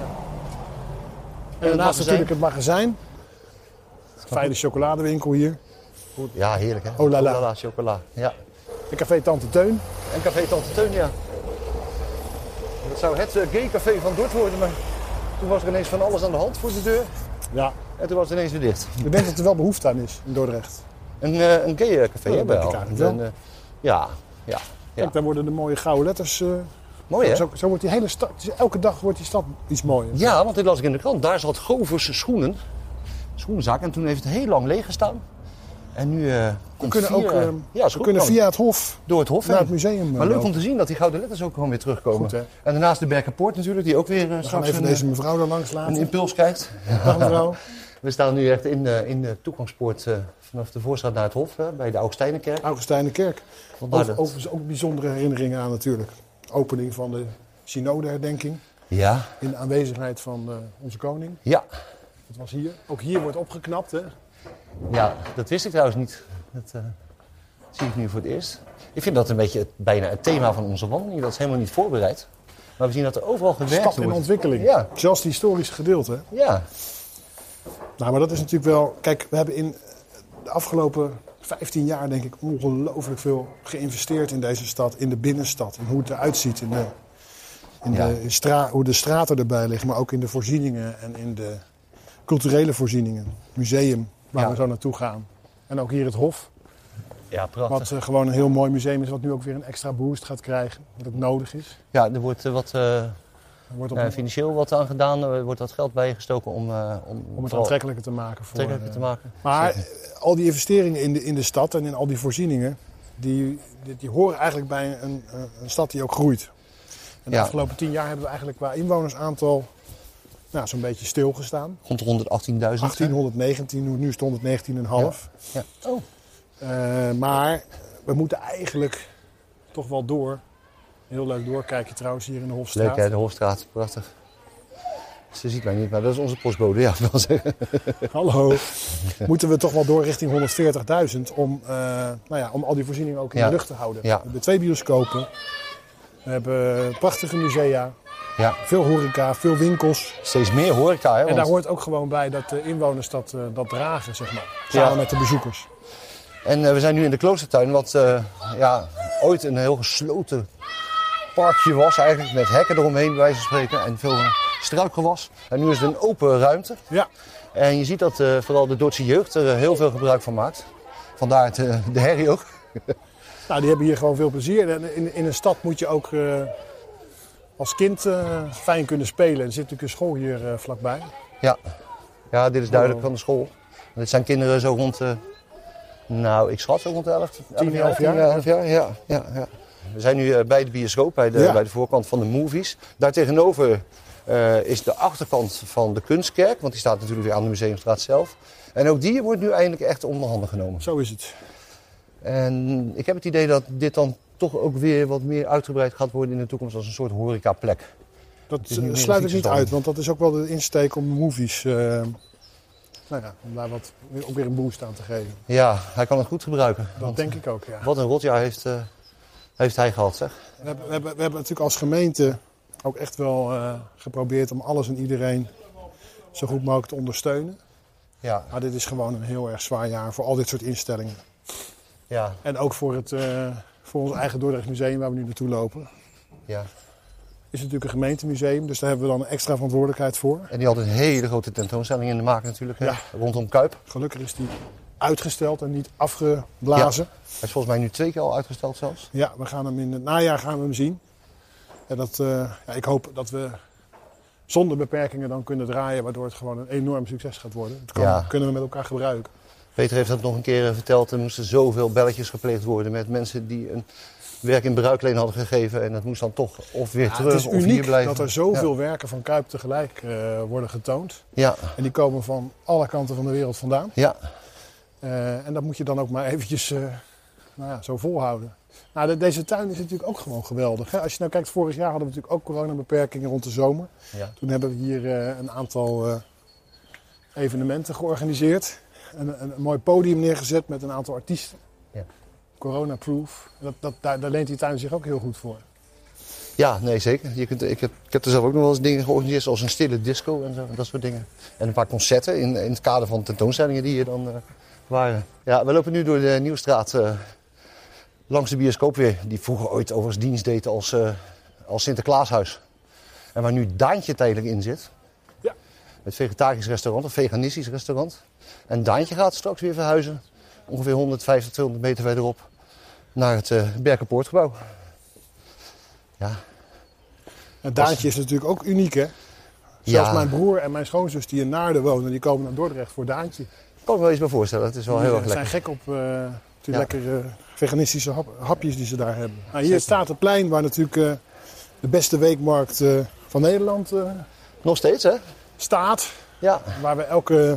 En daarnaast natuurlijk het magazijn. Fijne chocoladewinkel hier. Goed. Ja, heerlijk, hè? Oh la la. Oh la la, chocola. Ja. En café Tante Teun. En café Tante Teun, ja. Dat zou het uh, gaycafé van Dort worden, maar toen was er ineens van alles aan de hand voor de deur. Ja. En toen was het ineens weer dicht. Ik denk dat er wel behoefte aan is in Dordrecht. Een, uh, een gaycafé ja, hebben we al. Een, uh, ja, ja. Kijk, ja. daar worden de mooie gouden letters... Uh, Mooi, hè? Zo, zo wordt die hele stad... Elke dag wordt die stad iets mooier. Ja, want dit las ik in de krant. Daar zat Govers schoenen. Schoenenzaak. En toen heeft het heel lang leeg gestaan. En nu uh, we kunnen via, ook uh, ja, we kunnen via het Hof door het Hof naar het museum. Maar leuk om te zien dat die gouden letters ook gewoon weer terugkomen. Goed, hè? En daarnaast de Berkenpoort natuurlijk, die ook weer uh, we gaan even een, deze mevrouw daar langs laten. Een impuls krijgt. Dag mevrouw. We staan nu echt in de, in de toegangspoort uh, vanaf de Voorstraat naar het Hof, uh, bij de Augustijnenkerk. Augustijnenkerk. Over, overigens ook bijzondere herinneringen aan natuurlijk. Opening van de synodeherdenking. Ja. In de aanwezigheid van uh, onze koning. Ja. Dat was hier. Ook hier wordt opgeknapt, hè? Ja, dat wist ik trouwens niet. Dat uh, zie ik nu voor het eerst. Ik vind dat een beetje het, bijna het thema van onze wandeling. Dat is helemaal niet voorbereid. Maar we zien dat er overal gewerkt wordt. Stad in ontwikkeling. Ja. Zelfs het historische gedeelte. Ja. Nou, maar dat is natuurlijk wel... Kijk, we hebben in de afgelopen vijftien jaar denk ik ongelooflijk veel geïnvesteerd in deze stad. In de binnenstad. In hoe het eruit ziet. In de, in ja. de stra- hoe de straten erbij liggen. Maar ook in de voorzieningen en in de culturele voorzieningen. Museum, waar ja. we zo naartoe gaan. En ook hier het Hof. Ja, prachtig. Wat uh, gewoon een heel mooi museum is. Wat nu ook weer een extra boost gaat krijgen. Wat ook nodig is. Ja, er wordt uh, wat... Uh... Er wordt op... uh, financieel wat aan gedaan, er wordt wat geld bijgestoken om, uh, om, om het aantrekkelijker te maken. Voor, aantrekkelijker te maken. Maar Zeker. al die investeringen in de, in de stad en in al die voorzieningen, die, die, die horen eigenlijk bij een, een stad die ook groeit. En de ja. afgelopen tien jaar hebben we eigenlijk qua inwonersaantal nou, zo'n beetje stilgestaan. Rond de honderdachttienduizend. achttienhonderdnegentien, nu is het honderdnegentien komma vijf. Ja. Ja. Oh. Uh, maar we moeten eigenlijk toch wel door. Heel leuk doorkijkje trouwens hier in de Hofstraat. Leuk hè, de Hofstraat, prachtig. Ze ziet mij niet, maar dat is onze postbode, ja, wil zeggen. Hallo. Moeten we toch wel door richting honderdveertigduizend om, uh, nou ja, om al die voorzieningen ook in ja. de lucht te houden. Ja. We hebben twee bioscopen. We hebben prachtige musea. Ja. Veel horeca, veel winkels. Steeds meer horeca, hè? En want... daar hoort ook gewoon bij dat de inwoners dat, uh, dat dragen, zeg maar. Samen ja. met de bezoekers. En uh, we zijn nu in de Kloostertuin, wat uh, ja, ooit een heel gesloten parkje was eigenlijk. Met hekken eromheen, bij wijze van spreken. En veel struikgewas. En nu is het een open ruimte. Ja. En je ziet dat uh, vooral de Dordtse jeugd er uh, heel veel gebruik van maakt. Vandaar het, uh, de herrie ook. Nou, die hebben hier gewoon veel plezier. In, in een stad moet je ook uh, als kind uh, fijn kunnen spelen. Er zit natuurlijk een school hier uh, vlakbij. Ja. ja, dit is duidelijk van de school. Dit zijn kinderen zo rond, uh, nou ik schat zo rond de elf, tien, elf jaar. elf jaar. Ja, ja, ja. We zijn nu uh, bij de bioscoop, bij de, ja. bij de voorkant van de Movies. Daartegenover uh, is de achterkant van de Kunstkerk, want die staat natuurlijk weer aan de Museumstraat zelf. En ook die wordt nu eindelijk echt onder handen genomen. Zo is het. En ik heb het idee dat dit dan toch ook weer wat meer uitgebreid gaat worden in de toekomst als een soort horecaplek. Dat sluit ik niet uit, want dat is ook wel de insteek om Movies uh, nou ja, om daar wat, ook weer een boost aan te geven. Ja, hij kan het goed gebruiken. Dat Want denk ik ook, ja. wat een rotjaar heeft, uh, heeft hij gehad, zeg. We hebben, we, hebben, we hebben natuurlijk als gemeente ook echt wel uh, geprobeerd om alles en iedereen zo goed mogelijk te ondersteunen. Ja. Maar dit is gewoon een heel erg zwaar jaar voor al dit soort instellingen. Ja. En ook voor, het, uh, voor ons eigen Dordrecht Museum waar we nu naartoe lopen. Ja. Is natuurlijk een gemeentemuseum, dus daar hebben we dan een extra verantwoordelijkheid voor. En die had een hele grote tentoonstelling in de maak natuurlijk, hè? Ja. Rondom Kuip. Gelukkig is die uitgesteld en niet afgeblazen. Ja. Hij is volgens mij nu twee keer al uitgesteld zelfs. Ja, we gaan hem in het najaar gaan we hem zien. En dat, uh, ja, ik hoop dat we zonder beperkingen dan kunnen draaien, waardoor het gewoon een enorm succes gaat worden. Dat kan, Ja. kunnen we met elkaar gebruiken. Peter heeft dat nog een keer verteld. Er moesten zoveel belletjes gepleegd worden met mensen die een werk in bruikleen hadden gegeven. En dat moest dan toch of weer Ja, terug het is of hier uniek blijven. dat er zoveel Ja. werken van Kuip tegelijk uh, worden getoond. Ja. En die komen van alle kanten van de wereld vandaan. Ja. Uh, en dat moet je dan ook maar eventjes uh, nou ja, zo volhouden. Nou, de, deze tuin is natuurlijk ook gewoon geweldig. Hè? Als je nou kijkt, vorig jaar hadden we natuurlijk ook coronabeperkingen rond de zomer. Ja. Toen hebben we hier uh, een aantal uh, evenementen georganiseerd. Een, een, een mooi podium neergezet met een aantal artiesten. Ja. Corona-proof. Dat, dat, daar, daar leent die tuin zich ook heel goed voor. Ja, nee, zeker. Je kunt, ik, heb, ik heb er zelf ook nog wel eens dingen georganiseerd, zoals een stille disco en zo, dat soort dingen. En een paar concerten in, in het kader van tentoonstellingen die hier dan uh, waren. Ja, we lopen nu door de Nieuwstraat uh, langs de bioscoop weer, die vroeger ooit overigens dienst deed als, uh, als Sinterklaashuis. En waar nu Daantje tijdelijk in zit. Ja. Het vegetarisch restaurant, of veganistisch restaurant. En Daantje gaat straks weer verhuizen, ongeveer honderdvijftig, tweehonderd meter verderop, naar het uh, Berkenpoortgebouw. Ja. Het Daantje is natuurlijk ook uniek, hè? Zelfs Ja. mijn broer en mijn schoonzus die in Naarden wonen, die komen naar Dordrecht voor Daantje. Ik kan me wel eens bij voorstellen, het is wel Die heel uh, erg zijn lekker. gek op uh, die Ja. lekkere veganistische hap, hapjes die ze daar hebben. Nou, hier Zeker. staat het plein waar natuurlijk uh, de beste weekmarkt uh, van Nederland uh, Nog steeds, hè? staat. Ja. Waar we elke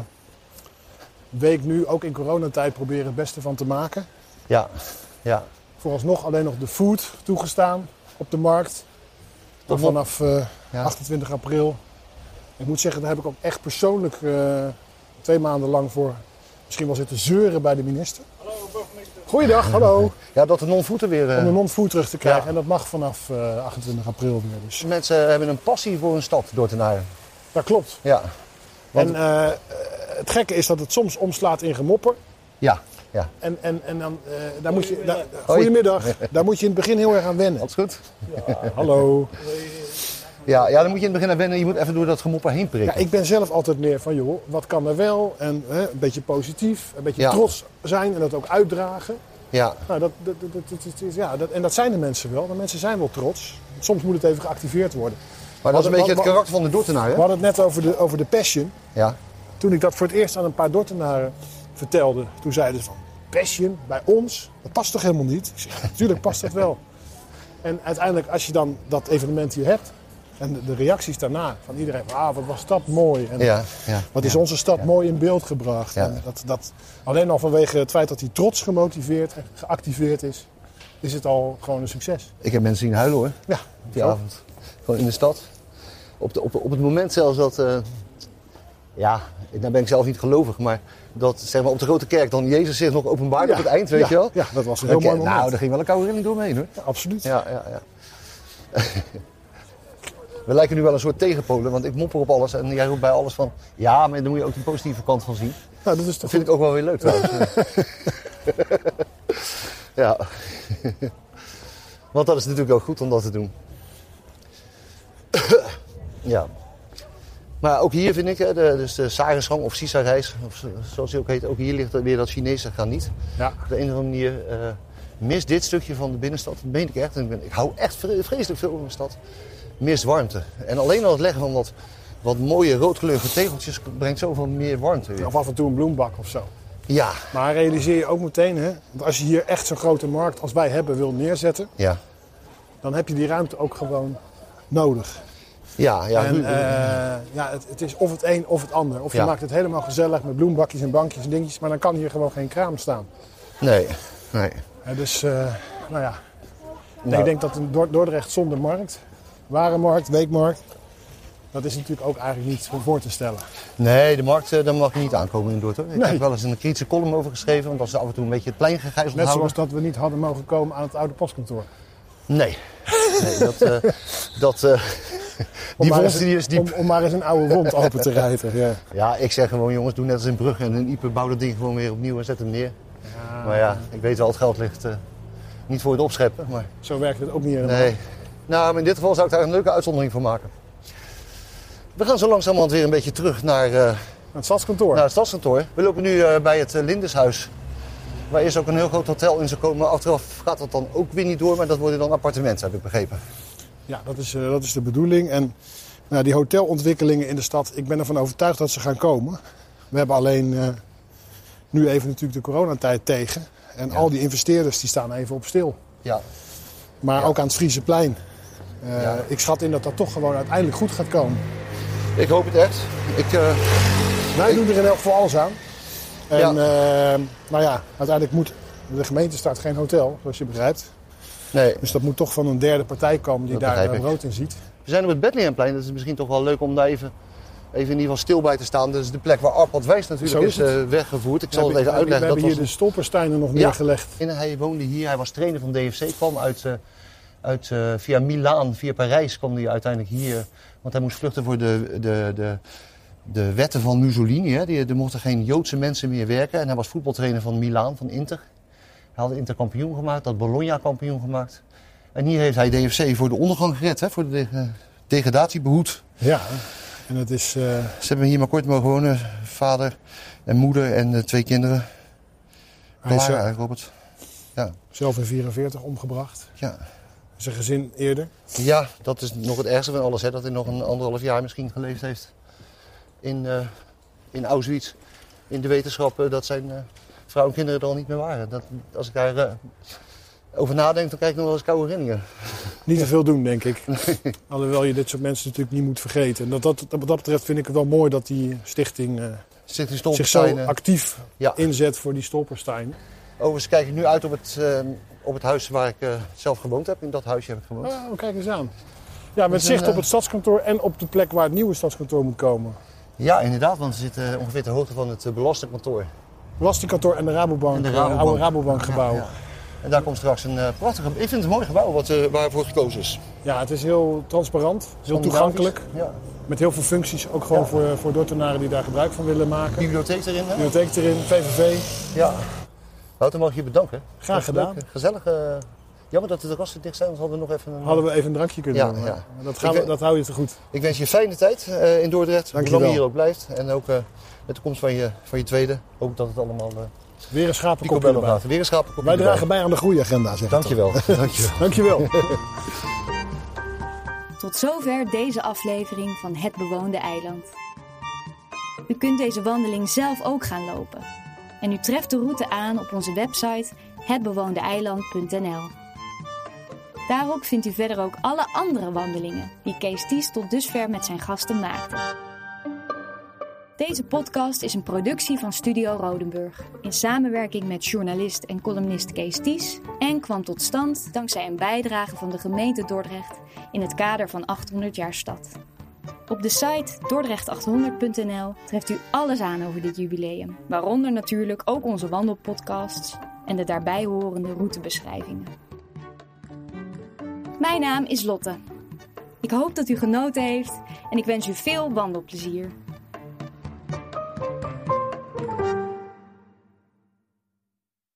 week nu, ook in coronatijd, proberen het beste van te maken. Ja. Ja. Vooralsnog alleen nog de food toegestaan op de markt. Toch Vanaf uh, Ja. achtentwintig april. Ik moet zeggen, daar heb ik ook echt persoonlijk uh, twee maanden lang voor misschien wel zitten zeuren bij de minister. Goeiedag, hallo. Ja, dat de non-voeten weer... uh, Om de non-food terug te krijgen. Ja. En dat mag vanaf uh, achtentwintig april weer. Dus. Mensen hebben een passie voor hun stad door te naaien. Dat klopt. Ja. Want- En uh, het gekke is dat het soms omslaat in gemopper. Ja. Ja. En, en, en dan, uh, daar moet je, daar, goedemiddag, daar moet je in het begin heel erg aan wennen. Alles goed? Ja, hallo. Ja, ja, dan moet je in het begin aan wennen. Je moet even door dat gemopper heen prikken. Ja, ik ben zelf altijd meer van, joh, wat kan er wel? En hè, een beetje positief, een beetje Ja. trots zijn en dat ook uitdragen. Ja. Nou, dat, dat, dat, dat, dat is- ja, dat, en dat zijn de mensen wel. De mensen zijn wel trots. Soms moet het even geactiveerd worden. Maar dat is een Wat- beetje wat- het karakter van de Dordtenaar, We hè? hadden het net over de, over de Passion. Ja. Toen ik dat voor het eerst aan een paar Dordtenaren vertelde, toen zeiden ze van, Passion, bij ons, dat past toch helemaal niet? Ik zeg, natuurlijk past dat wel. En uiteindelijk, als je dan dat evenement hier hebt, en de, de reacties daarna van iedereen, van, ah, wat was dat mooi. En Ja. Ja. wat is ja. onze stad mooi in beeld gebracht. Ja. En dat, dat, alleen al vanwege het feit dat hij trots gemotiveerd en geactiveerd is, is het al gewoon een succes. Ik heb mensen zien huilen, hoor. Ja, Die zo. avond. Gewoon in de stad. Op, de, op, op het moment zelfs dat... Uh, ja, daar ben ik zelf niet gelovig, maar dat zeg maar, op de Grote Kerk dan Jezus zich nog openbaarde Ja, op het eind, weet ja, je wel? Ja, dat was een heel Oké, mooi moment. nou, daar ging wel een koude rilling door me heen, hoor. Ja, absoluut. Ja, ja, ja. We lijken nu wel een soort tegenpolen, want ik mopper op alles en jij roept bij alles van... Ja, maar daar moet je ook de positieve kant van zien. Nou, dat is toch Dat vind ik ook wel weer leuk trouwens. Ja. Want dat is natuurlijk ook goed om dat te doen. Ja. Maar ook hier vind ik, hè, de, dus de Sarensgang of Sisarijs, of zo- zoals die ook heet, ook hier ligt er weer dat Chinese graniet. Ja. Op de een of andere manier uh, mist dit stukje van de binnenstad, dat meen ik echt. En ik, ben, ik hou echt vre- vreselijk veel van de stad. Mist warmte. En alleen al het leggen van wat, wat mooie roodkleurige tegeltjes brengt zoveel meer warmte weer. Of af en toe een bloembak of zo. Ja, Maar realiseer je ook meteen, hè, want als je hier echt zo'n grote markt als wij hebben wil neerzetten, ja, dan heb je die ruimte ook gewoon nodig. ja. ja. en Ru- uh, ja, het, het is of het een of het ander. Of je Ja. maakt het helemaal gezellig met bloembakjes en bankjes en dingetjes, maar dan kan hier gewoon geen kraam staan. Nee, nee. Hè, dus, uh, nou ja, Nou, ik denk dat een Dor- Dordrecht zonder markt, warenmarkt, weekmarkt, Dat is natuurlijk ook eigenlijk niet voor te stellen. Nee, de markt, daar mag je niet aankomen in Dordrecht. Ik Nee. heb wel eens een kritische column over geschreven, want als ze af en toe een beetje het plein gegijzeld Net houden. zoals dat we niet hadden mogen komen aan het oude postkantoor. Nee, nee dat, uh, dat uh, die maar vondst eens, die is diep. om, om maar eens een oude wond open te rijten. Ja. Ja, ik zeg gewoon jongens, doe net als in Brugge en in Ieper, bouw dat ding gewoon weer opnieuw en zet hem neer. Ja. Maar ja, ik weet wel, het geld ligt uh, niet voor het opscheppen. Maar... Zo werkt het ook niet helemaal. Nee. Nou, maar in dit geval zou ik daar een leuke uitzondering voor maken. We gaan zo langzamerhand weer een beetje terug naar, uh, Het stadskantoor. naar het stadskantoor. We lopen nu uh, bij het uh, Lindeshuis. Waar eerst ook een heel groot hotel in zou komen. Achteraf gaat dat dan ook weer niet door, maar dat worden dan appartementen, heb ik begrepen. Ja, dat is, uh, dat is de bedoeling. En nou, die hotelontwikkelingen in de stad, ik ben ervan overtuigd dat ze gaan komen. We hebben alleen uh, nu even natuurlijk de coronatijd tegen. En Ja. al die investeerders die staan even op stil. Ja. Maar Ja. ook aan het Frieseplein. Uh, Ja. Ik schat in dat dat toch gewoon uiteindelijk goed gaat komen. Ik hoop het echt. Ik, uh, Wij ik... doen er in elk geval alles aan. En Ja. uh, nou ja, uiteindelijk moet de gemeente start geen hotel, zoals je begrijpt. Nee. Dus dat moet toch van een derde partij komen die Dat daar begrijp uh, ik. rood in ziet. We zijn op het Bethlehemplein. Dat is misschien toch wel leuk om daar even, even in ieder geval stil bij te staan. Dat is de plek waar Arpad Wijs natuurlijk Zo is, is het. uh, weggevoerd. Ik We zal het hebben- even uitleggen. We Dat hebben was hier de stolpersteinen nog Ja. neergelegd. een... Hij woonde hier. Hij was trainer van D F C. Kwam uit, uh, uit, uh, via Milaan, via Parijs kwam hij uiteindelijk hier. Want hij moest vluchten voor de, de, de, de wetten van Mussolini. Hè. Die, er mochten geen Joodse mensen meer werken. En hij was voetbaltrainer van Milaan, van Inter. Hij had Inter kampioen gemaakt, had Bologna kampioen gemaakt. En hier heeft hij D F C voor de ondergang gered, hè, voor de de degradatie behoed. Ja, en het is... Uh, Ze hebben hier maar kort mogen wonen, vader en moeder en uh, twee kinderen. hij is Clara uh, en Robert. Ja. zelf in vierenveertig omgebracht. Ja. Zijn gezin eerder. ja, dat is nog het ergste van alles, hè, dat hij nog een anderhalf jaar misschien geleefd heeft in, uh, in Auschwitz. In de wetenschap uh, dat zijn uh, vrouw en kinderen er al niet meer waren. Dat, als ik daar uh, over nadenk, dan krijg ik nog wel eens koude rillingen. Niet te veel doen, denk ik. Alhoewel je dit soort mensen natuurlijk niet moet vergeten. En dat, dat, wat dat betreft vind ik het wel mooi dat die stichting uh, Zit die zich zo stolpersteinen. actief Ja. inzet voor die stolperstein. Overigens kijk ik nu uit op het, uh, op het huis waar ik uh, zelf gewoond heb. In dat huisje heb ik gewoond. Oh, kijk eens aan. Ja, met is zicht een, op uh, het stadskantoor en op de plek waar het nieuwe stadskantoor moet komen. Ja, inderdaad, want we zitten ongeveer ter hoogte van het uh, belastingkantoor. Belastingkantoor en de Rabobank, En de uh, Rabobank. oude Rabobankgebouw. Ja, ja. En daar komt straks een uh, prachtig... Ik vind het een mooi gebouw wat, uh, waarvoor gekozen is. Ja, het is heel transparant, heel Scandinavisch. toegankelijk. Ja. Met heel veel functies, ook gewoon Ja. voor, voor Dordtenaren die daar gebruik van willen maken. Bibliotheek erin, hè? Bibliotheek erin, V V V. Ja. Wouter, mag ik je bedanken. Graag Dat was gedaan. leuk. Gezellig. Uh, jammer dat de terrassen dicht zijn, anders hadden we nog even... Een, Hadden we even een drankje kunnen Ja, doen. ja. Dat, gaan Ik we, weet- dat hou je te goed. Ik wens je een fijne tijd uh, in Dordrecht. Dank je hoe lang je wel. hier ook blijft. En ook uh, met de komst van je, van je tweede. Hoop dat het allemaal... Uh, Weer een schapenkopje picobello erbij. gaat. Weer een schapenkopje Wij erbij. dragen bij aan de groeiagenda, zeg ik Dankjewel. Dankjewel. toch. Dankjewel. Tot zover deze aflevering van Het Bewoonde Eiland. U kunt deze wandeling zelf ook gaan lopen. En u treft de route aan op onze website het bewoonde eiland punt n l. Daarop vindt u verder ook alle andere wandelingen die Kees Ties tot dusver met zijn gasten maakte. Deze podcast is een productie van Studio Rodenburg in samenwerking met journalist en columnist Kees Ties en kwam tot stand dankzij een bijdrage van de gemeente Dordrecht in het kader van achthonderd jaar stad. Op de site dordrecht achthonderd punt n l treft u alles aan over dit jubileum, waaronder natuurlijk ook onze wandelpodcasts en de daarbij horende routebeschrijvingen. Mijn naam is Lotte. Ik hoop dat u genoten heeft en ik wens u veel wandelplezier.